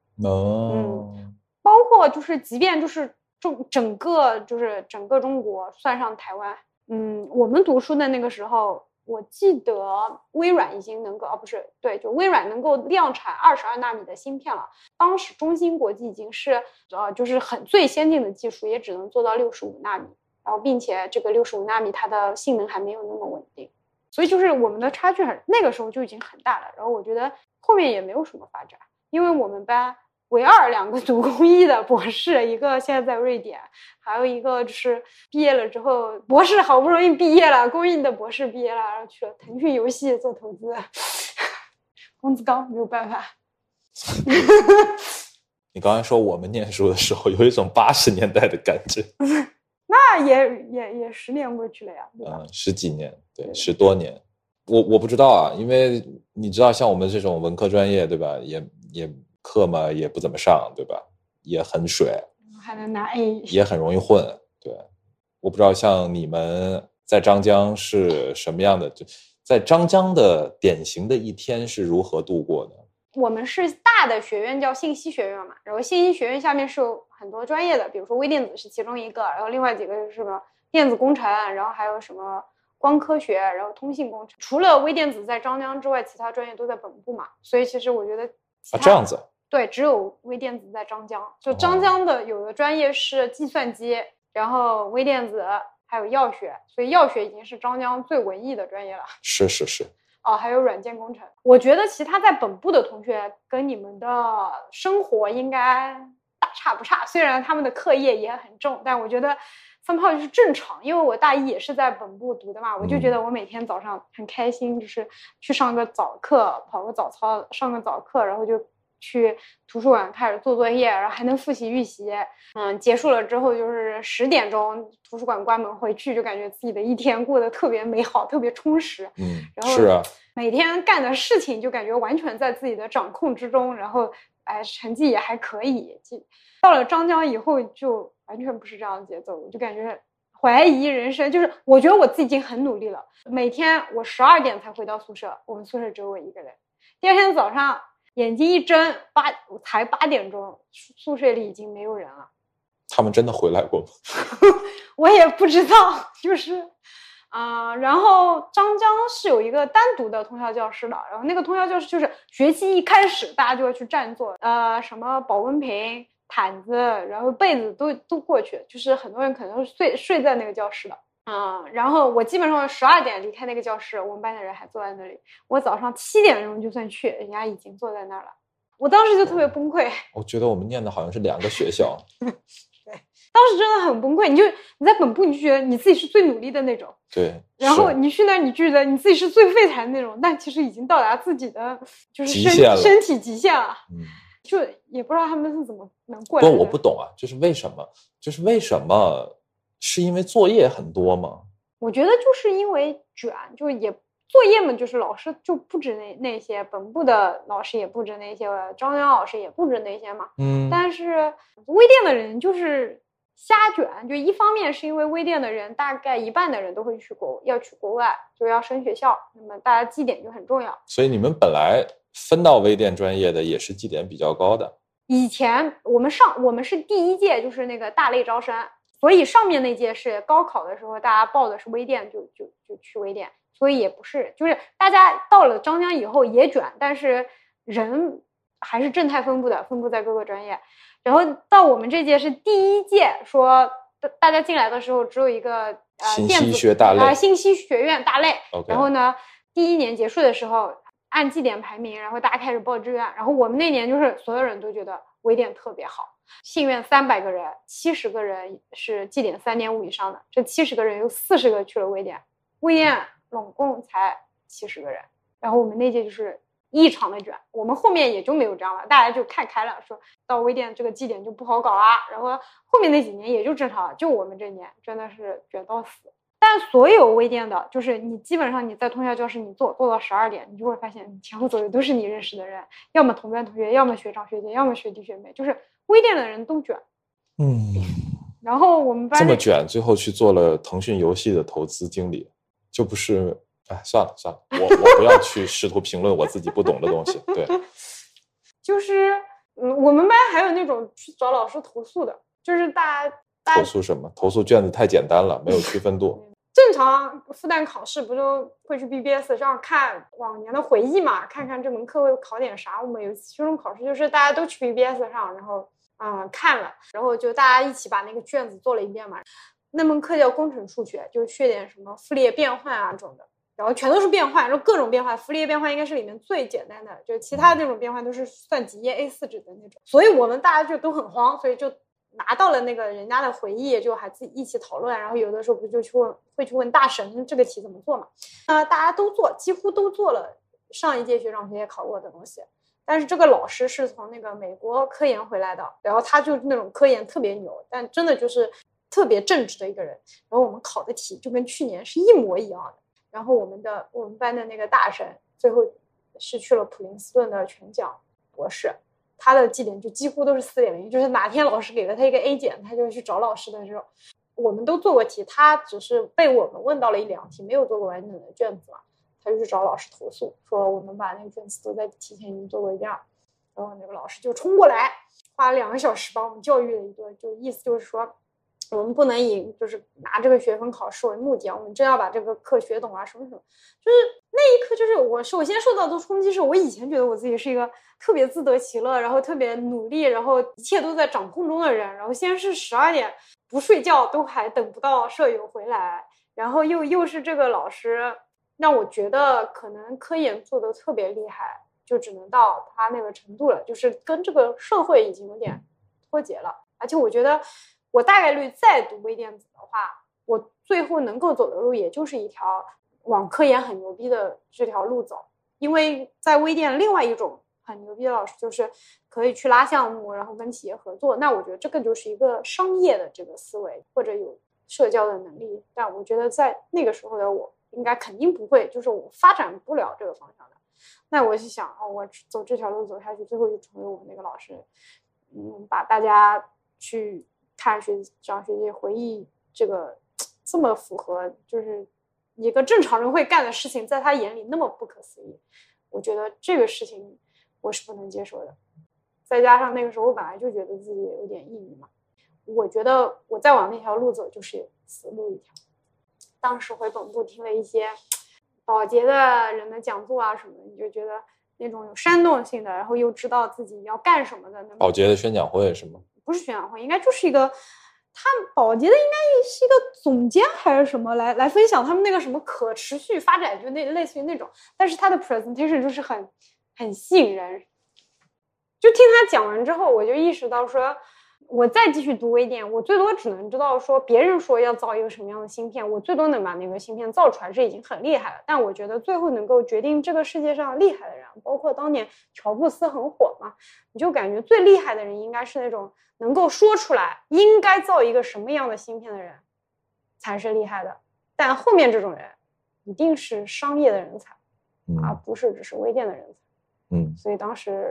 A: 包括就是即便就是整个中国算上台湾，我们读书的那个时候，我记得微软已经能够就微软能够量产22纳米的芯片了。当时中芯国际已经是就是很最先进的技术，也只能做到65纳米。然后并且这个65纳米它的性能还没有那么稳定，所以就是我们的差距那个时候就已经很大了。然后我觉得后面也没有什么发展，因为我们班唯二2个读工艺的博士，一个现在在瑞典，还有一个就是毕业了之后，博士好不容易毕业了，工艺的博士毕业了，然后去了腾讯游戏做投资，工资高没有办法。
C: 你刚才说我们念书的时候有一种80年代的感觉。
A: 那也10年过去了呀，对吧
C: ？10几年，对，10多年。我不知道啊，因为你知道，像我们这种文科专业，对吧？也课嘛也不怎么上，对吧？也很水，
A: 还能拿 A，
C: 也很容易混。对，我不知道像你们在张江是什么样的，就在张江的典型的一天是如何度过的？
A: 我们是大的学院叫信息学院嘛，然后信息学院下面是有很多专业的，比如说微电子是其中一个，然后另外几个是什么电子工程，然后还有什么光科学，然后通信工程。除了微电子在张江之外，其他专业都在本部嘛，所以其实我觉得
C: 这样子，
A: 对，只有微电子在张江。就张江的有的专业是计算机，然后微电子还有药学，所以药学已经是张江最文艺的专业了。
C: 是
A: 还有软件工程。我觉得其他在本部的同学跟你们的生活应该大差不差，虽然他们的课业也很重，但我觉得somehow就是正常。因为我大一也是在本部读的嘛，我就觉得我每天早上很开心，就是去上个早课，跑个早操，上个早课，然后就去图书馆开始做作业，然后还能复习预习。结束了之后就是10点钟图书馆关门回去，就感觉自己的一天过得特别美好，特别充实。然后
C: 是啊，
A: 每天干的事情就感觉完全在自己的掌控之中，然后成绩也还可以。到了张江以后就完全不是这样的节奏，我就感觉怀疑人生。就是我觉得我自己已经很努力了，每天我12点才回到宿舍，我们宿舍只有我一个人。第二天早上眼睛一睁，才8点钟，宿舍里已经没有人了。
C: 他们真的回来过吗？
A: 我也不知道，就是然后张江是有一个单独的通宵教室的，然后那个通宵教室就是学期一开始大家就要去占座，什么保温瓶、毯子，然后被子都过去，就是很多人可能睡在那个教室的。然后我基本上12点离开那个教室，我们班的人还坐在那里。我早上7点钟就算去，人家已经坐在那儿了。我当时就特别崩溃。
C: 我觉得我们念的好像是2个学校。
A: 对，当时真的很崩溃。你在本部，你就觉得你自己是最努力的那种。
C: 对。
A: 然后你去那儿，你觉得你自己是最废柴的那种，但其实已经到达自己的就是身体极限了。就也不知道他们是怎么能过来的。
C: 不，我不懂啊，就是为什么是因为作业很多吗？
A: 我觉得就是因为卷，就也作业嘛，就是老师就布置那些，本部的老师也布置那些，张江老师也布置那些嘛。但是微店的人就是瞎卷，就一方面是因为微店的人大概一半的人都会要去国外，就要升学校，那么大家绩点就很重要。
C: 所以你们本来分到微店专业的也是绩点比较高的。
A: 以前我们是第一届，就是那个大类招生，所以上面那届是高考的时候大家报的是微店，就去微店，所以也不是，就是大家到了张江以后也卷，但是人还是正态分布的，分布在各个专业。然后到我们这届是第一届，说大家进来的时候只有一个
C: 信息学大类
A: 信息学院大类。
C: Okay.
A: 然后呢，第一年结束的时候按绩点排名，然后大家开始报志愿。然后我们那年就是所有人都觉得微店特别好，信院300个人，70个人是绩点3.5以上的，这70个人有40个去了微店，微店总共才70个人。然后我们那届就是异常的卷，我们后面也就没有这样了，大家就看开了，说到微店这个绩点就不好搞啊。然后后面那几年也就正常了，就我们这年真的是卷到死。但所有微店的，就是你基本上你在通宵教室你做到12点，你就会发现前后左右都是你认识的人，要么同班同学，要么学长学姐，要么学弟学妹，就是微店的人都卷。然后我们班
C: 这么卷，最后去做了腾讯游戏的投资经理，就不是，哎，算了，我不要去试图评论我自己不懂的东西。对，
A: 就是我们班还有那种去找老师投诉的，就是大家
C: 投诉什么？投诉卷子太简单了，没有区分度。
A: 正常复旦考试不就会去 BBS 上看往年的回忆嘛，看看这门课会考点啥。我们有一次期中考试，就是大家都去 BBS 上，然后看了，然后就大家一起把那个卷子做了一遍嘛。那门课叫工程数学，就学点什么傅立叶变换啊这种的，然后全都是变换，然后各种变换，傅立叶变换应该是里面最简单的，就其他那种变换都是算几页 A4 纸的那种。所以我们大家就都很慌，所以就拿到了那个人家的回忆，就还自己一起讨论，然后有的时候不就会去问大神这个题怎么做嘛？大家都做，几乎都做了上一届学长学姐考过的东西。但是这个老师是从那个美国科研回来的，然后他就那种科研特别牛，但真的就是特别正直的一个人。然后我们考的题就跟去年是一模一样的。然后我们班的那个大神最后是去了普林斯顿的全奖博士。他的绩点就几乎都是4.0，就是哪天老师给了他一个 A 减，他就去找老师的这种。我们都做过题，他只是被我们问到了1-2题，没有做过完整的卷子嘛，他就去找老师投诉，说我们把那个卷子都在提前已经做过一遍，然后那个老师就冲过来，花了2个小时把我们教育了一顿，就意思就是说，我们不能以就是拿这个学分考试为目的啊，我们真要把这个课学懂啊，什么什么。就是那一刻，就是我首先受到的冲击是，我以前觉得我自己是一个特别自得其乐，然后特别努力，然后一切都在掌控中的人，然后先是12点不睡觉都还等不到舍友回来，然后又是这个老师让我觉得可能科研做得特别厉害，就只能到他那个程度了，就是跟这个社会已经有点脱节了。而且我觉得我大概率再读微电子的话，我最后能够走的路也就是一条往科研很牛逼的这条路走。因为在微电另外一种很牛逼的老师就是可以去拉项目，然后跟企业合作，那我觉得这个就是一个商业的这个思维或者有社交的能力。但我觉得在那个时候的我应该肯定不会，就是我发展不了这个方向的。那我就想我走这条路走下去，最后就成为我们那个老师把大家去看学长学姐回忆这个这么符合就是一个正常人会干的事情，在他眼里那么不可思议，我觉得这个事情我是不能接受的。再加上那个时候我本来就觉得自己有点抑郁嘛，我觉得我再往那条路走就是死路一条。当时回本部听了一些保洁的人的讲座啊什么的，你就觉得那种有煽动性的，然后又知道自己要干什么的。
C: 保洁的宣讲会是吗？
A: 不是宣讲会，应该就是一个他保洁的应该是一个总监还是什么来分享他们那个什么可持续发展，就类似于那种，但是他的 presentation 就是很吸引人。就听他讲完之后，我就意识到说，我再继续读微电，我最多只能知道说别人说要造一个什么样的芯片，我最多能把那个芯片造出来，这已经很厉害了。但我觉得最后能够决定这个世界上厉害的人，包括当年乔布斯很火嘛，你就感觉最厉害的人应该是那种能够说出来应该造一个什么样的芯片的人， 才是厉害的。但后面这种人一定是商业的人才，而不是只是微店的人才。所以当时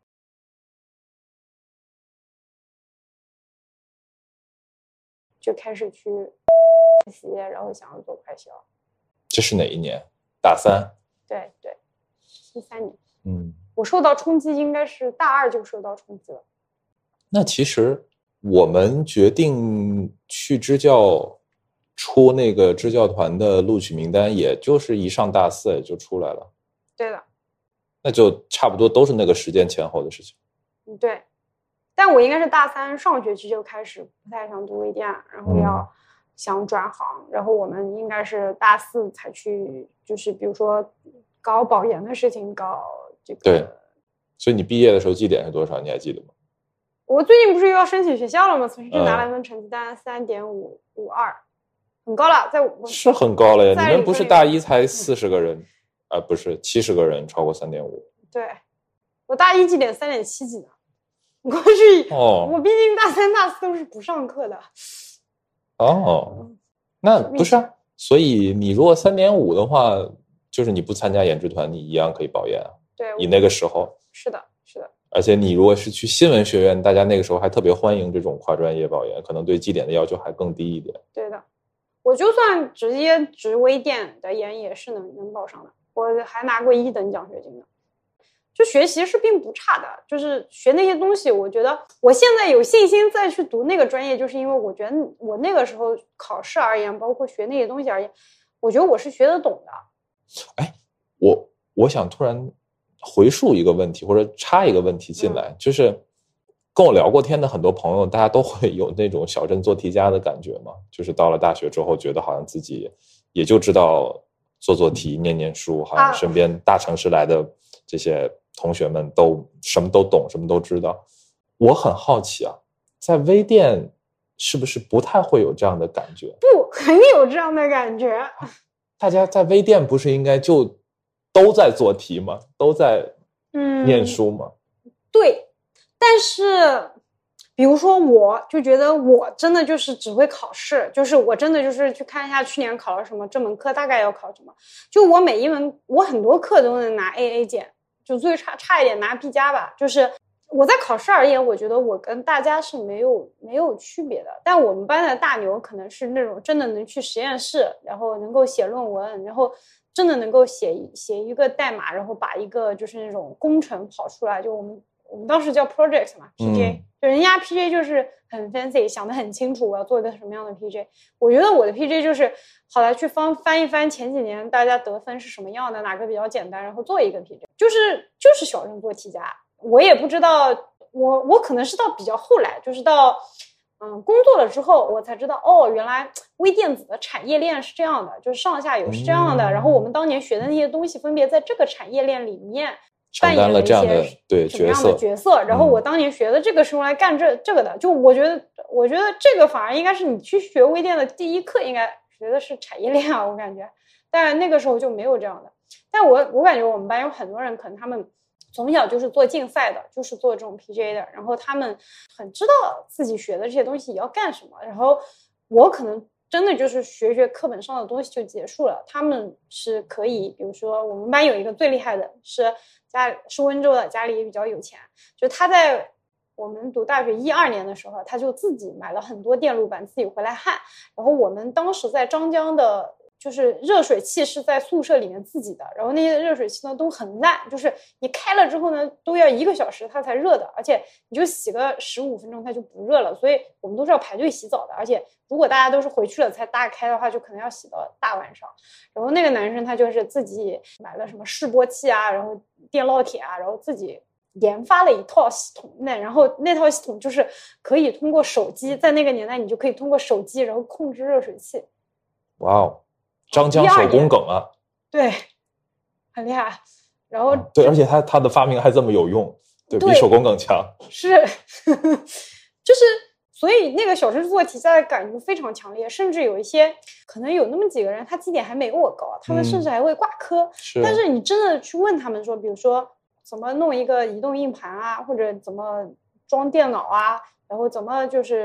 A: 就开始去实习，然后想要做快销。
C: 这是哪一年？大3？
A: 对对，13年。我受到冲击应该是大2就受到冲击了。
C: 那其实我们决定去支教出那个支教团的录取名单，也就是一上大4也就出来了。
A: 对的。
C: 那就差不多都是那个时间前后的事情。
A: 对。但我应该是大3上学期就开始不太想读微店，然后要想转行，然后我们应该是大4才去，就是比如说搞保研的事情，搞这个。
C: 对。所以你毕业的时候绩点是多少？你还记得吗？
A: 我最近不是又要申请学校了吗？所以就拿了份成绩单3.552，很高了，在我
C: 是很高了呀。你们不是大1才40个人，不是70个人超过3.5。对，
A: 我大1绩点3.7几呢。过去我毕竟大3大4都是不上课的。
C: 那不是啊。所以你如果3.5的话，就是你不参加研制团，你一样可以保研啊。
A: 对，
C: 你那个时候
A: 是的，是的。
C: 而且你如果是去新闻学院，大家那个时候还特别欢迎这种跨专业保研，可能对绩点的要求还更低一点。
A: 对的，我就算直接直微店的研也是能报上的，我还拿过1等奖学金呢。就学习是并不差的，就是学那些东西，我觉得我现在有信心再去读那个专业，就是因为我觉得我那个时候考试而言，包括学那些东西而言，我觉得我是学得懂的。
C: 哎，我想突然回溯一个问题，或者插一个问题进来，就是跟我聊过天的很多朋友，大家都会有那种小镇做题家的感觉嘛，就是到了大学之后，觉得好像自己也就知道做题、念书，好像身边大城市来的这些同学们都什么都懂，什么都知道。我很好奇啊，在微店是不是不太会有这样的感觉？
A: 不，很有这样的感觉。
C: 大家在微店不是应该就都在做题吗？都在念书吗？
A: 对，但是比如说我就觉得我真的就是只会考试，就是我真的就是去看一下去年考了什么，这门课大概要考什么，就我每一门我很多课都能拿 AA 减，就最差一点拿 B 加吧。就是我在考试而言，我觉得我跟大家是没有区别的。但我们班的大牛可能是那种真的能去实验室，然后能够写论文，然后真的能够写一个代码，然后把一个就是那种工程跑出来。就我们当时叫 project 嘛 ，PJ，就人家 PJ 就是很 fancy， 想得很清楚我要做一个什么样的 PJ。我觉得我的 PJ 就是好来去翻一翻前几年大家得分是什么样的，哪个比较简单，然后做一个 PJ， 就是小镇做题家。我也不知道，我可能是到比较后来，就是到工作了之后，我才知道原来微电子的产业链是这样的，就是上下游是这样的。然后我们当年学的那些东西，分别在这个产业链里面扮演了一些什么样的角色。然后我当年学的这个是用来干这个的。就我觉得这个反而应该是你去学微电的第一课，应该学的是产业链啊，我感觉。但那个时候就没有这样的。但我感觉我们班有很多人，可能他们从小就是做竞赛的，就是做这种 PJ 的，然后他们很知道自己学的这些东西要干什么。然后我可能真的就是学课本上的东西就结束了。他们是可以，比如说我们班有一个最厉害的是温州的，家里也比较有钱，就他在我们读大学12年的时候，他就自己买了很多电路板自己回来焊。然后我们当时在张江的就是热水器是在宿舍里面自己的，然后那些热水器呢都很烂，就是你开了之后呢都要1个小时它才热的，而且你就洗个15分钟它就不热了，所以我们都是要排队洗澡的。而且如果大家都是回去了才打开的话，就可能要洗到大晚上。然后那个男生他就是自己买了什么示波器啊，然后电烙铁啊，然后自己研发了一套系统，然后那套系统就是可以通过手机，在那个年代你就可以通过手机然后控制热水器。
C: 哇哦，张江手工梗啊！
A: 对，很厉害。然后
C: 对，而且他的发明还这么有用，对，比手工梗强。
A: 是，就是所以那个小镇做题家的感觉非常强烈，甚至有一些可能有那么几个人，他绩点还没有我高，他们甚至还会挂科。但是你真的去问他们说，比如说怎么弄一个移动硬盘啊，或者怎么装电脑啊，然后怎么就是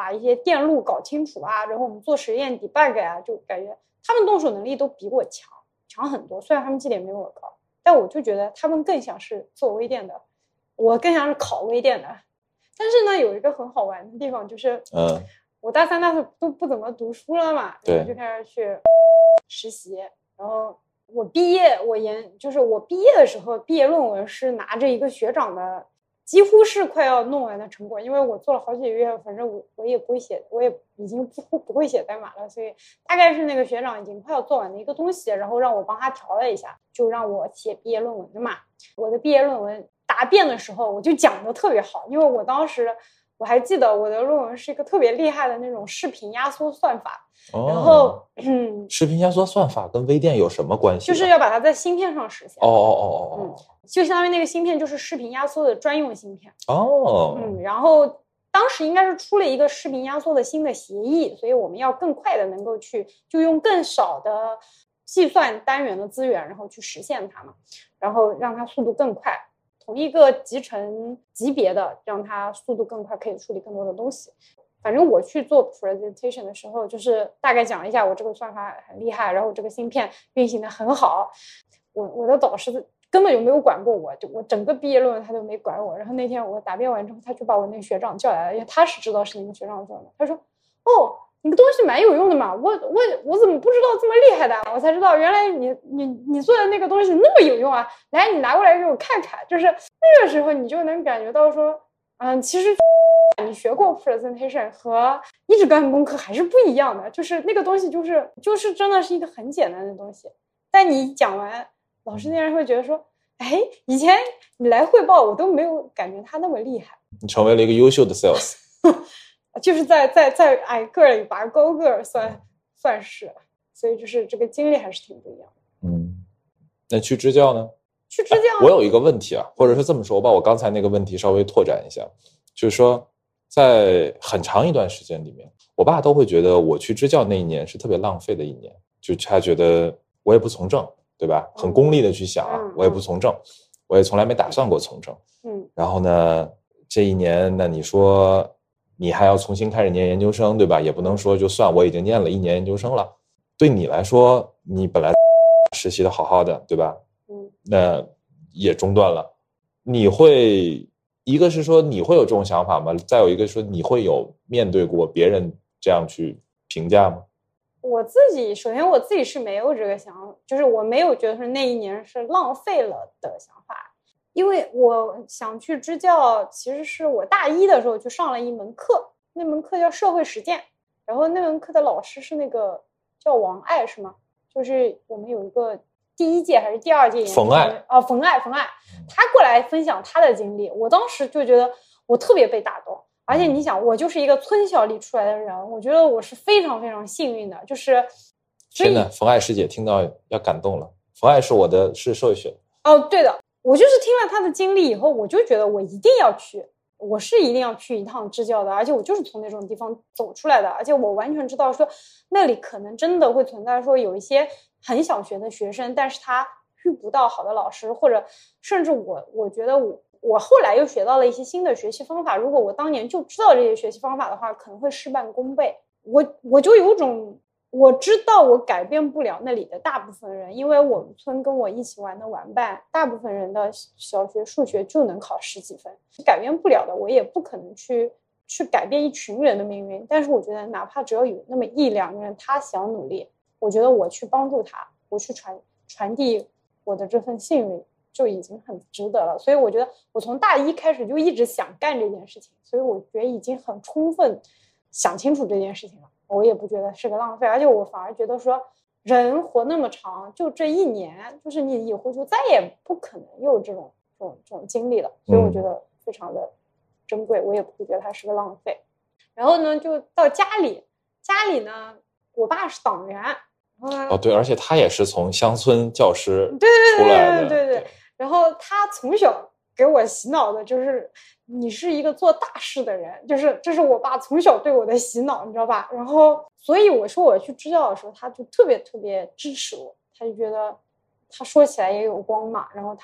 A: 把一些电路搞清楚啊，然后我们做实验 debug 啊，就感觉他们动手能力都比我强很多。虽然他们绩点没有我高，但我就觉得他们更像是做微电的，我更像是考微电的。但是呢，有一个很好玩的地方就是，我大三、大四都不怎么读书了嘛，然后就开始去实习。然后我毕业，就是我毕业的时候，毕业论文是拿着一个学长的，几乎是快要弄完的成果，因为我做了好几个月，反正我也不会写，我也已经不会写代码了，所以大概是那个学长已经快要做完的一个东西，然后让我帮他调了一下，就让我写毕业论文的嘛。我的毕业论文答辩的时候，我就讲得特别好，因为我当时我还记得我的论文是一个特别厉害的那种视频压缩算法。然后
C: 视频压缩算法跟微电有什么关系？
A: 就是要把它在芯片上实现。就相当于那个芯片就是视频压缩的专用芯片。然后当时应该是出了一个视频压缩的新的协议，所以我们要更快的能够去就用更少的计算单元的资源，然后去实现它嘛，然后让它速度更快，同一个集成级别的让它速度更快，可以处理更多的东西。反正我去做 presentation 的时候，就是大概讲一下我这个算法很厉害，然后这个芯片运行的很好。我的导师根本就没有管过我，就我整个毕业论文他都没管我。然后那天我答辩完之后，他就把我那个学长叫来了，因为他是知道是那个学长做的。他说：“哦，你个东西蛮有用的嘛，我怎么不知道这么厉害的？我才知道原来你做的那个东西那么有用啊！来，你拿过来给我看看。”就是那个时候你就能感觉到说，其实。你学过 presentation 和一直干功课还是不一样的，就是那个东西就是真的是一个很简单的东西，但你讲完，老师竟然会觉得说，哎，以前你来汇报我都没有感觉他那么厉害，
C: 你成为了一个优秀的 sales，
A: 就是在矮个里拔高个算是，所以就是这个经历还是挺不一样的。
C: 那去支教呢？
A: 去支教，
C: 我有一个问题啊，或者是这么说，我把我刚才那个问题稍微拓展一下，就是说。在很长一段时间里面，我爸都会觉得我去支教那一年是特别浪费的一年，就他觉得我也不从政，对吧？很功利的去想啊，我也不从政，我也从来没打算过从政。然后呢，这一年，那你说你还要重新开始念研究生，对吧？也不能说就算我已经念了1年研究生了，对你来说，你本来实习的好好的，对吧？那也中断了，你会。一个是说你会有这种想法吗？再有一个说你会有面对过别人这样去评价吗？
A: 首先我自己是没有这个就是我没有觉得说那一年是浪费了的想法，因为我想去支教，其实是我大一的时候就上了一门课，那门课叫社会实践，然后那门课的老师是那个叫王爱是吗？就是我们有一个第1届还是第2届
C: 冯爱
A: 他过来分享他的经历，我当时就觉得我特别被打动，而且你想，我就是一个村小里出来的人，我觉得我是非常非常幸运的，就是
C: 真的，冯爱师姐听到要感动了。冯爱是社会学
A: 对的，我就是听了他的经历以后，我就觉得我一定要去，我是一定要去一趟支教的，而且我就是从那种地方走出来的，而且我完全知道说那里可能真的会存在说有一些很想学的学生，但是他遇不到好的老师，或者甚至我觉得我后来又学到了一些新的学习方法，如果我当年就知道这些学习方法的话，可能会事半功倍。我就有种我知道我改变不了那里的大部分人，因为我们村跟我一起玩的玩伴，大部分人的小学数学就能考10几分，改变不了的，我也不可能去改变一群人的命运。但是我觉得哪怕只要有那么1、2个人他想努力，我觉得我去帮助他，我去传递我的这份幸运就已经很值得了。所以我觉得我从大一开始就一直想干这件事情，所以我觉得已经很充分想清楚这件事情了，我也不觉得是个浪费，而且我反而觉得说人活那么长，就这1年，就是你以后就再也不可能有这种经历了，所以我觉得非常的珍贵，我也不会觉得它是个浪费。然后呢，就到家里呢，我爸是党员。
C: 对，而且他也是从乡村教师出来的，
A: 对。然后他从小给我洗脑的就是你是一个做大事的人，就是这是我爸从小对我的洗脑，你知道吧？然后所以我说我去支教的时候，他就特别特别支持我，他就觉得他说起来也有光嘛，然后他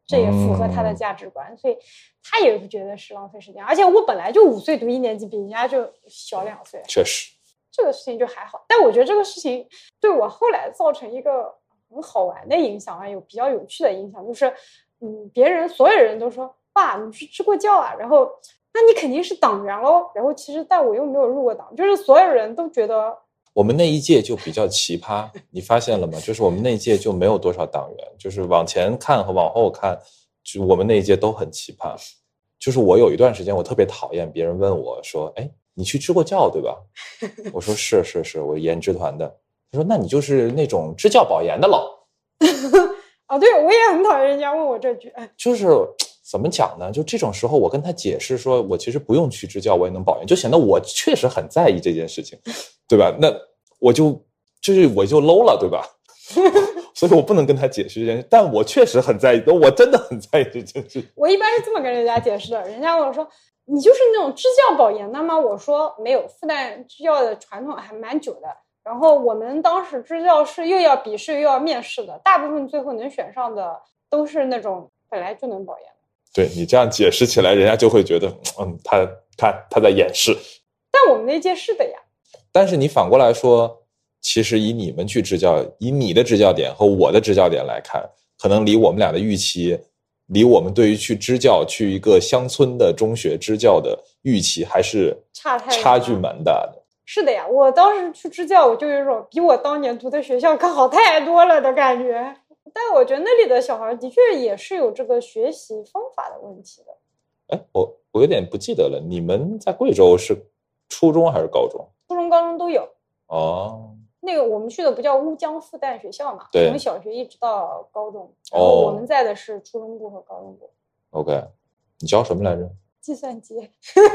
A: 这也符合他的价值观，所以他也不觉得是浪费时间。而且我本来就5岁读1年级，比人家就小2岁，
C: 确实
A: 这个事情就还好。但我觉得这个事情对我后来造成一个很好玩的影响啊，有比较有趣的影响，就是别人所有人都说爸你去支过教啊，然后那你肯定是党员咯，然后其实但我又没有入过党，就是所有人都觉得
C: 我们那一届就比较奇葩，你发现了吗？就是我们那一届就没有多少党员，就是往前看和往后看，就我们那一届都很奇葩。就是我有一段时间我特别讨厌别人问我说，哎，你去支过教对吧？我说是，我研支团的。他说那你就是那种支教保研的喽。
A: 啊，对，我也很讨厌人家问我这句。
C: 就是怎么讲呢？就这种时候我跟他解释说我其实不用去支教我也能保研，就显得我确实很在意这件事情，对吧？那我就 low 了，对吧？所以我不能跟他解释这件事，但我确实很在意，我真的很在意这件事。
A: 我一般是这么跟人家解释的，人家问我说你就是那种支教保研的吗？我说没有，复旦支教的传统还蛮久的，然后我们当时支教是又要笔试又要面试的，大部分最后能选上的都是那种本来就能保研的。
C: 对，你这样解释起来人家就会觉得他在掩饰，
A: 但我们那届是的呀。
C: 但是你反过来说，其实以你们去支教，以你的支教点和我的支教点来看，可能离我们俩的预期，离我们对于去支教去一个乡村的中学支教的预期还是差距蛮大的。
A: 是的呀，我当时去支教我就有一种比我当年读的学校可好太多了的感觉。但我觉得那里的小孩的确也是有这个学习方法的问题的。
C: 哎，我有点不记得了，你们在贵州是初中还是高中？
A: 初中高中都有。
C: 哦，
A: 那个我们去的不叫乌江复旦学校嘛，
C: 对，
A: 从小学一直到高中，然后我们在的是初中部和高中部。
C: OK， 你教什么来着？
A: 计算机。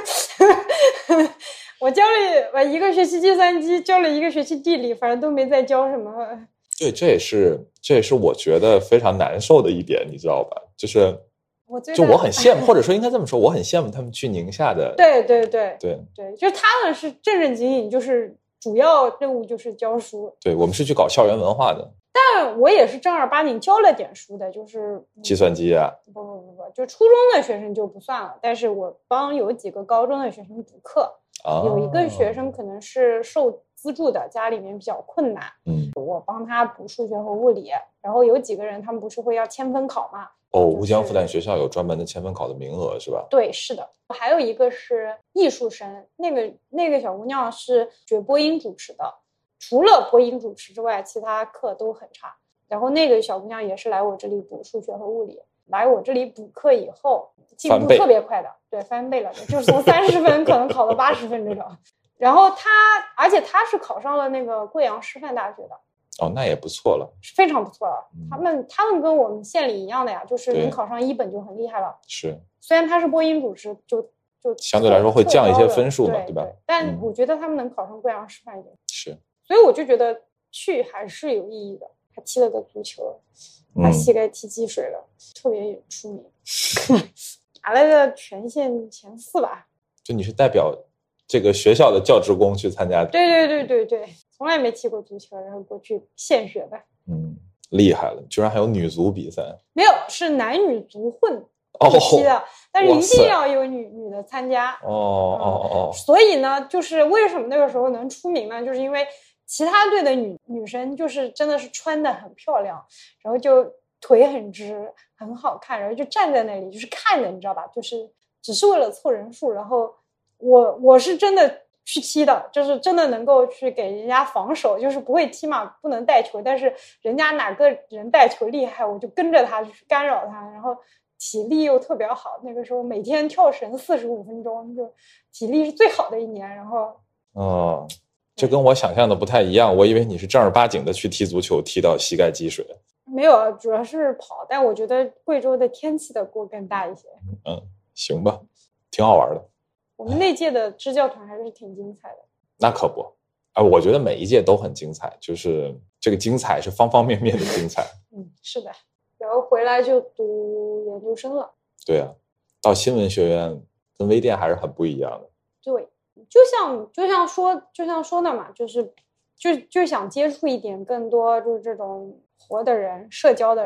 A: 我教了一个学期计算机，教了一个学期地理，反正都没再教什么。
C: 对，这也是我觉得非常难受的一点，你知道吧？就是我很羡慕，或者说应该这么说，我很羡慕他们去宁夏的。
A: 对，就是他们是正正经经，就是主要任务就是教书。
C: 对，我们是去搞校园文化的。
A: 但我也是正儿八经教了点书的，就是
C: 计算机啊。
A: 不，就初中的学生就不算了，但是我帮有几个高中的学生补课。有一个学生可能是受资助的，家里面比较困难，我帮他补数学和物理。然后有几个人他们不是会要千分考吗？
C: 乌江复旦学校有专门的千分考的名额是吧？
A: 对，是的。还有一个是艺术生，那个小姑娘是学播音主持的，除了播音主持之外其他课都很差。然后那个小姑娘也是来我这里补数学和物理，来我这里补课以后进步特别快的，对，翻倍了的，就是从30分可能考到80分这种。然后而且他是考上了那个贵阳师范大学的。
C: 哦，那也不错了，
A: 非常不错了。他们跟我们县里一样的呀，就是能考上1本就很厉害了。
C: 是，
A: 虽然他是播音主持，就
C: 相对来说会降一些分数嘛，对吧？
A: 但我觉得他们能考上贵阳师范也
C: 是，
A: 所以我就觉得去还是有意义的。还踢了个足球，把膝盖踢积水了，特别出名，拿了个全县前4吧。
C: 就你是代表这个学校的教职工去参加的？
A: 对，从来没踢过足球，然后过去献血的。
C: 厉害了，居然还有女足比赛？
A: 没有，是男女足混踢的，但是一定要有女的参加。所以呢，就是为什么那个时候能出名呢？就是因为其他队的女生就是真的是穿得很漂亮，然后就腿很直，很好看，然后就站在那里就是看的，你知道吧？就是只是为了凑人数。然后我是真的去踢的，就是真的能够去给人家防守，就是不会踢嘛，不能带球，但是人家哪个人带球厉害，我就跟着他去干扰他，然后体力又特别好。那个时候每天跳绳45分钟，就体力是最好的一年。然后
C: 这跟我想象的不太一样，我以为你是正儿八经的去踢足球，踢到膝盖积水。
A: 没有，主要是跑，但我觉得贵州的天气的锅更大一些。
C: 行吧，挺好玩的。
A: 我们那届的支教团还是挺精彩的。
C: 那可不，我觉得每一届都很精彩，就是这个精彩是方方面面的精彩。
A: 是的。然后回来就读研究生了。
C: 对啊，到新闻学院跟微店还是很不一样的。
A: 对，就像说的嘛，就想接触一点更多就是这种活的人、社交的人，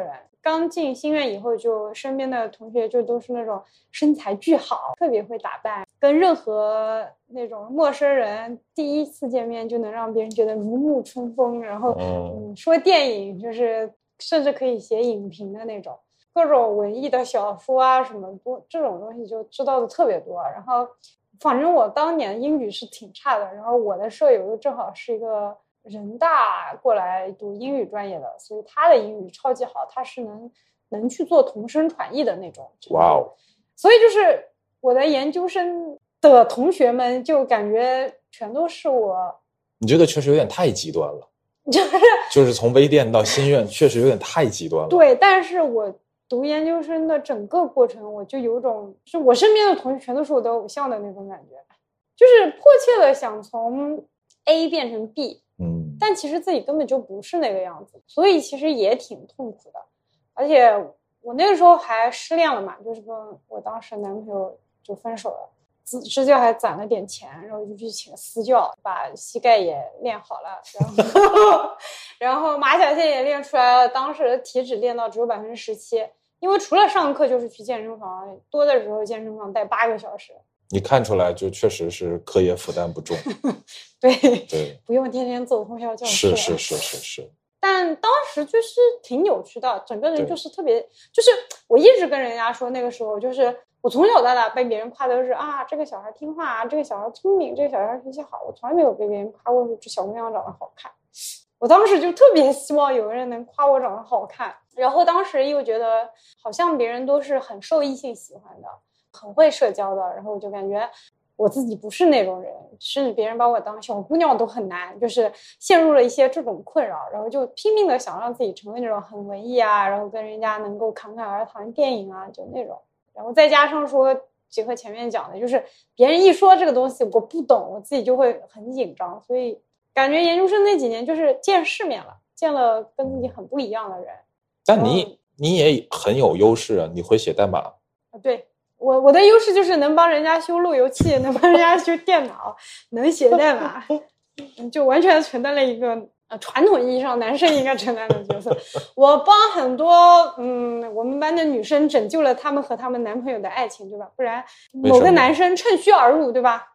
A: 刚进新院以后，就身边的同学就都是那种身材巨好，特别会打扮，跟任何那种陌生人第一次见面就能让别人觉得如沐春风，然后说电影就是甚至可以写影评的那种，各种文艺的小说啊什么多这种东西就知道的特别多。然后反正我当年英语是挺差的，然后我的舍友又正好是一个人大过来读英语专业的，所以他的英语超级好，他是能去做同声传译的那种。
C: 哇哦！
A: 所以就是我的研究生的同学们就感觉全都是我。
C: 你这个确实有点太极端了，就是从微店到新院，确实有点太极端了。
A: 对，但是我读研究生的整个过程，我就有种，就是我身边的同学全都是我的偶像的那种感觉，就是迫切的想从 A 变成 B。但其实自己根本就不是那个样子，所以其实也挺痛苦的。而且我那个时候还失恋了嘛，就是跟我当时男朋友就分手了，支教还攒了点钱，然后就去请私教，把膝盖也练好了，然后马甲线也练出来了，当时体脂练到只有17%，因为除了上课就是去健身房，多的时候健身房待8个小时。
C: 你看出来就确实是课业负担不重。对，
A: 不用天天坐通宵教室。
C: 是。
A: 但当时就是挺扭曲的，整个人就是特别，就是我一直跟人家说，那个时候就是我从小到大被别人夸的是啊，这个小孩听话，这个小孩聪明，这个小孩学习好，我从来没有被别人夸过这小姑娘长得好看。我当时就特别希望有个人能夸我长得好看，然后当时又觉得好像别人都是很受异性喜欢的，很会社交的，然后我就感觉我自己不是那种人，甚至别人把我当小姑娘都很难，就是陷入了一些这种困扰，然后就拼命的想让自己成为那种很文艺啊，然后跟人家能够侃侃而谈电影啊，就那种。然后再加上说结合前面讲的，就是别人一说这个东西我不懂，我自己就会很紧张，所以感觉研究生那几年就是见世面了，见了跟自己很不一样的人。
C: 但你也很有优势啊，你会写代码。
A: 对，我的优势就是能帮人家修路由器，能帮人家修电脑，能写代码，就完全承担了一个传统意义上男生应该承担的角色。我帮很多我们班的女生拯救了她们和她们男朋友的爱情，对吧？不然某个男生趁虚而入，对吧？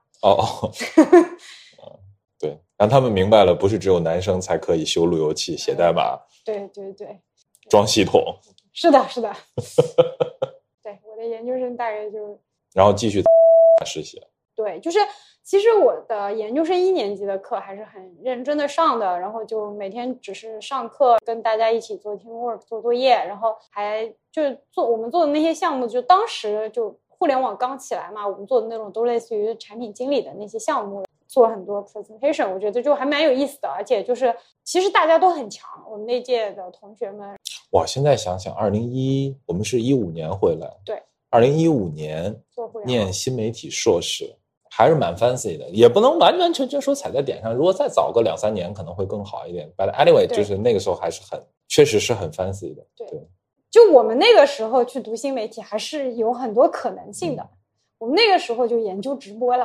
C: 对，让他们明白了，不是只有男生才可以修路由器、写代码。
A: 对，
C: 装系统。
A: 是的。对，我的研究生大概就
C: 然后继续实习。
A: 对，就是其实我的研究生1年级的课还是很认真的上的，然后就每天只是上课，跟大家一起做 teamwork 做作业，然后还就我们做的那些项目，就当时就互联网刚起来嘛，我们做的那种都类似于产品经理的那些项目，做很多 presentation， 我觉得就还蛮有意思的，而且就是其实大家都很强，我们那届的同学们。
C: 哇，现在想想我们是15年回来，
A: 对
C: ，2015年念新媒体硕士，还是蛮 fancy 的，也不能完完全全说踩在点上，如果再早个2-3年可能会更好一点。But anyway， 就是那个时候还是确实是很 fancy 的。对，
A: 就我们那个时候去读新媒体还是有很多可能性的，我们那个时候就研究直播了。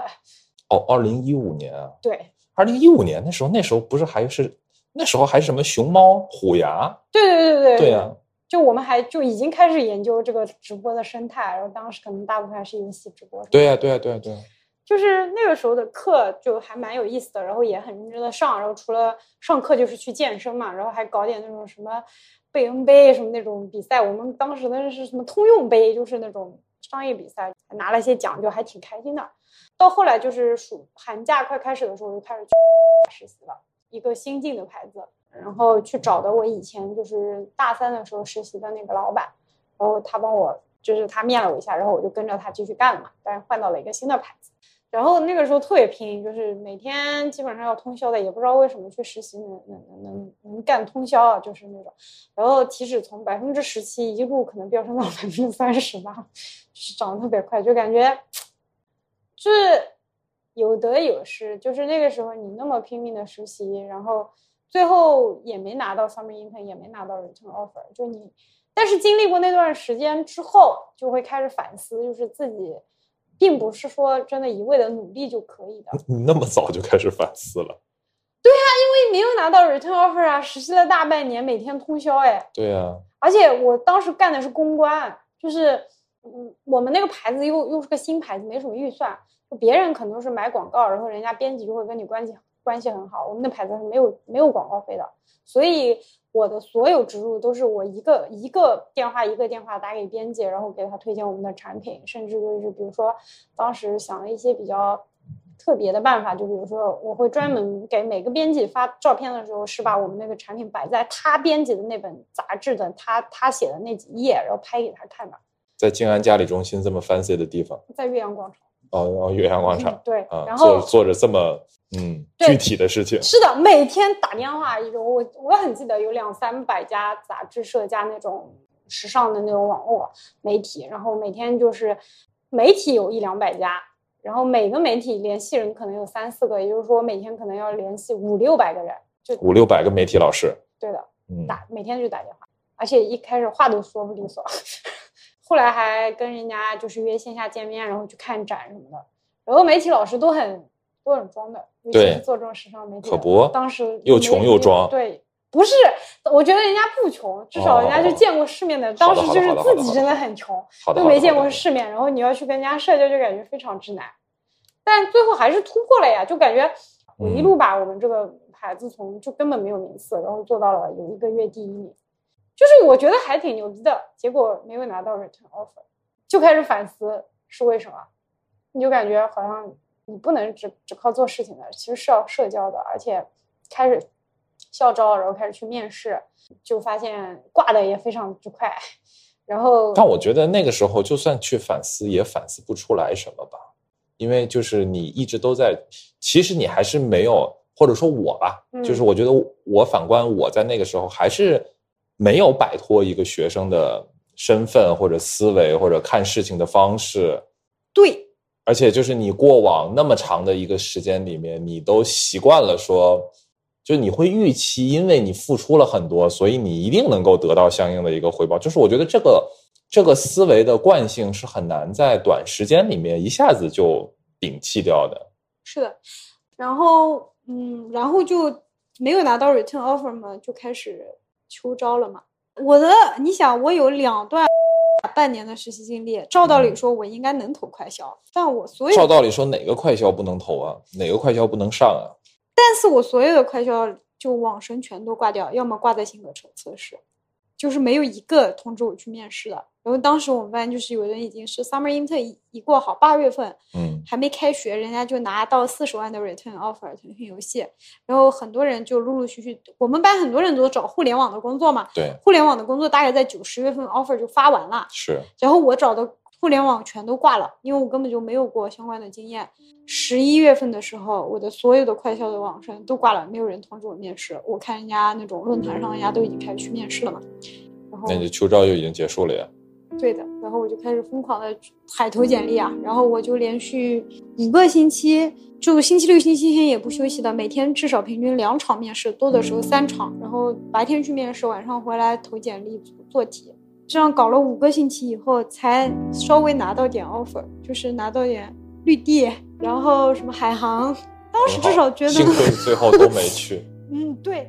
C: 2015年啊。
A: 对
C: ，2015年那时候不是那时候还是什么熊猫、虎牙？对啊，
A: 就我们就已经开始研究这个直播的生态，然后当时可能大部分还是游戏直播。
C: 对啊，
A: 就是那个时候的课就还蛮有意思的，然后也很认真的上，然后除了上课就是去健身嘛，然后还搞点那种什么贝恩杯什么那种比赛，我们当时的是什么通用杯，就是那种商业比赛，拿了些奖，就还挺开心的。到后来就是寒假快开始的时候，就开始去实习了，一个新进的牌子，然后去找的我以前就是大3的时候实习的那个老板，然后他帮我，就是他面了我一下，然后我就跟着他继续干了嘛，但是换到了一个新的牌子。然后那个时候特别拼，就是每天基本上要通宵的，也不知道为什么去实习能干通宵啊，就是那种。然后体脂从17%一路可能飙升到30%吧，就是涨得特别快，就感觉就是有得有失。就是那个时候你那么拼命的实习，然后最后也没拿到 summer intern， 也没拿到 return offer， 但是经历过那段时间之后，就会开始反思，就是自己并不是说真的一味的努力就可以的。
C: 你那么早就开始反思了？
A: 因为没有拿到 return offer 啊，实习了大半年，每天通宵哎。
C: 对啊，
A: 而且我当时干的是公关，就是我们那个牌子又是个新牌子，没什么预算，别人可能是买广告，然后人家编辑就会跟你关系很好，我们的牌子是没有广告费的，所以我的所有植入都是我一个电话打给编辑，然后给他推荐我们的产品，甚至就是比如说当时想了一些比较特别的办法，就比如说我会专门给每个编辑发照片的时候，是把我们那个产品摆在他编辑的那本杂志的他写的那几页，然后拍给他看的。
C: 在静安嘉里中心这么 fancy 的地方，
A: 在岳阳广场。
C: 岳阳广场，
A: 对，
C: 啊，
A: 然后
C: 做着这么具体的事情。
A: 是的，每天打电话一种，我很记得有200-300家杂志社加那种时尚的那种网络媒体，然后每天就是媒体有100-200家，然后每个媒体联系人可能有3-4个，也就是说每天可能要联系500-600个人，就
C: 500-600个媒体老师。
A: 对的，每天就打电话，而且一开始话都说不利索。后来还跟人家就是约线下见面，然后去看展什么的。然后媒体老师都很装的，尤其是做这种时尚媒体，
C: 可不，
A: 当时
C: 又穷又装。
A: 对，不是，我觉得人家不穷，至少人家是见过世面的。当时就是自己真的很穷，都没见过世面，然后你要去跟人家社交，就感觉非常之难。但最后还是突破了呀，就感觉我一路把我们这个牌子从就根本没有名次，然后做到了有1个月第1名。就是我觉得还挺牛逼的，结果没有拿到 return offer， 就开始反思是为什么。你就感觉好像你不能只靠做事情的，其实是要社交的，而且开始校招，然后开始去面试，就发现挂的也非常之快。然后，
C: 但我觉得那个时候就算去反思，也反思不出来什么吧，因为就是你一直都在，其实你还是没有，或者说我吧，就是我觉得我反观我在那个时候还是没有摆脱一个学生的身份或者思维或者看事情的方式。
A: 对，
C: 而且就是你过往那么长的一个时间里面，你都习惯了说，就你会预期，因为你付出了很多，所以你一定能够得到相应的一个回报。就是我觉得这个思维的惯性是很难在短时间里面一下子就摒弃掉的。
A: 是的，然后就没有拿到 return offer 嘛，就开始秋招了嘛。你想我有2段半年的实习经历，照道理说我应该能投快销，但我所有
C: 照道理说哪个快销不能投啊，哪个快销不能上啊？
A: 但是我所有的快销就网申全都挂掉，要么挂在性格测试，就是没有一个通知我去面试的。然后当时我们班就是有人已经是 summer intern 一过好8月份，还没开学，人家就拿到40万的 return offer 腾讯游戏，然后很多人就陆陆续续，我们班很多人都找互联网的工作嘛，
C: 对，
A: 互联网的工作大概在9、10月份 offer 就发完了，
C: 是，
A: 然后我找的互联网全都挂了，因为我根本就没有过相关的经验。11月份的时候，我的所有的快销的网申都挂了，没有人通知我面试。我看人家那种论坛上，人家都已经开始去面试了嘛。然后
C: 那你秋招就已经结束了呀？
A: 对的，然后我就开始疯狂的海投简历啊，然后我就连续5个星期，就星期六、星期天也不休息的，每天至少平均2场面试，多的时候3场，然后白天去面试，晚上回来投简历做题。这样搞了5个星期以后，才稍微拿到点 offer， 就是拿到点绿地，然后什么海航，当时至少觉得
C: 幸亏最后都没去。
A: 对。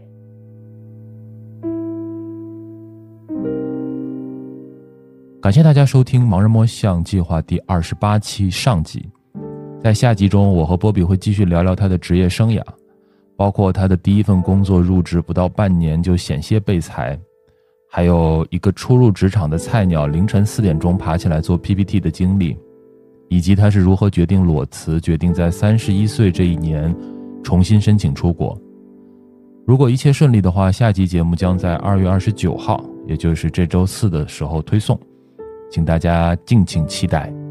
B: 感谢大家收听《盲人摸象计划》第28期上集。在下集中，我和波比会继续聊聊他的职业生涯，包括他的第一份工作入职不到半年就险些被裁，还有一个初入职场的菜鸟凌晨4点钟爬起来做 PPT 的经历，以及他是如何决定裸辞，决定在31岁这一年重新申请出国。如果一切顺利的话，下集节目将在2月29号，也就是这周4的时候推送，请大家敬请期待。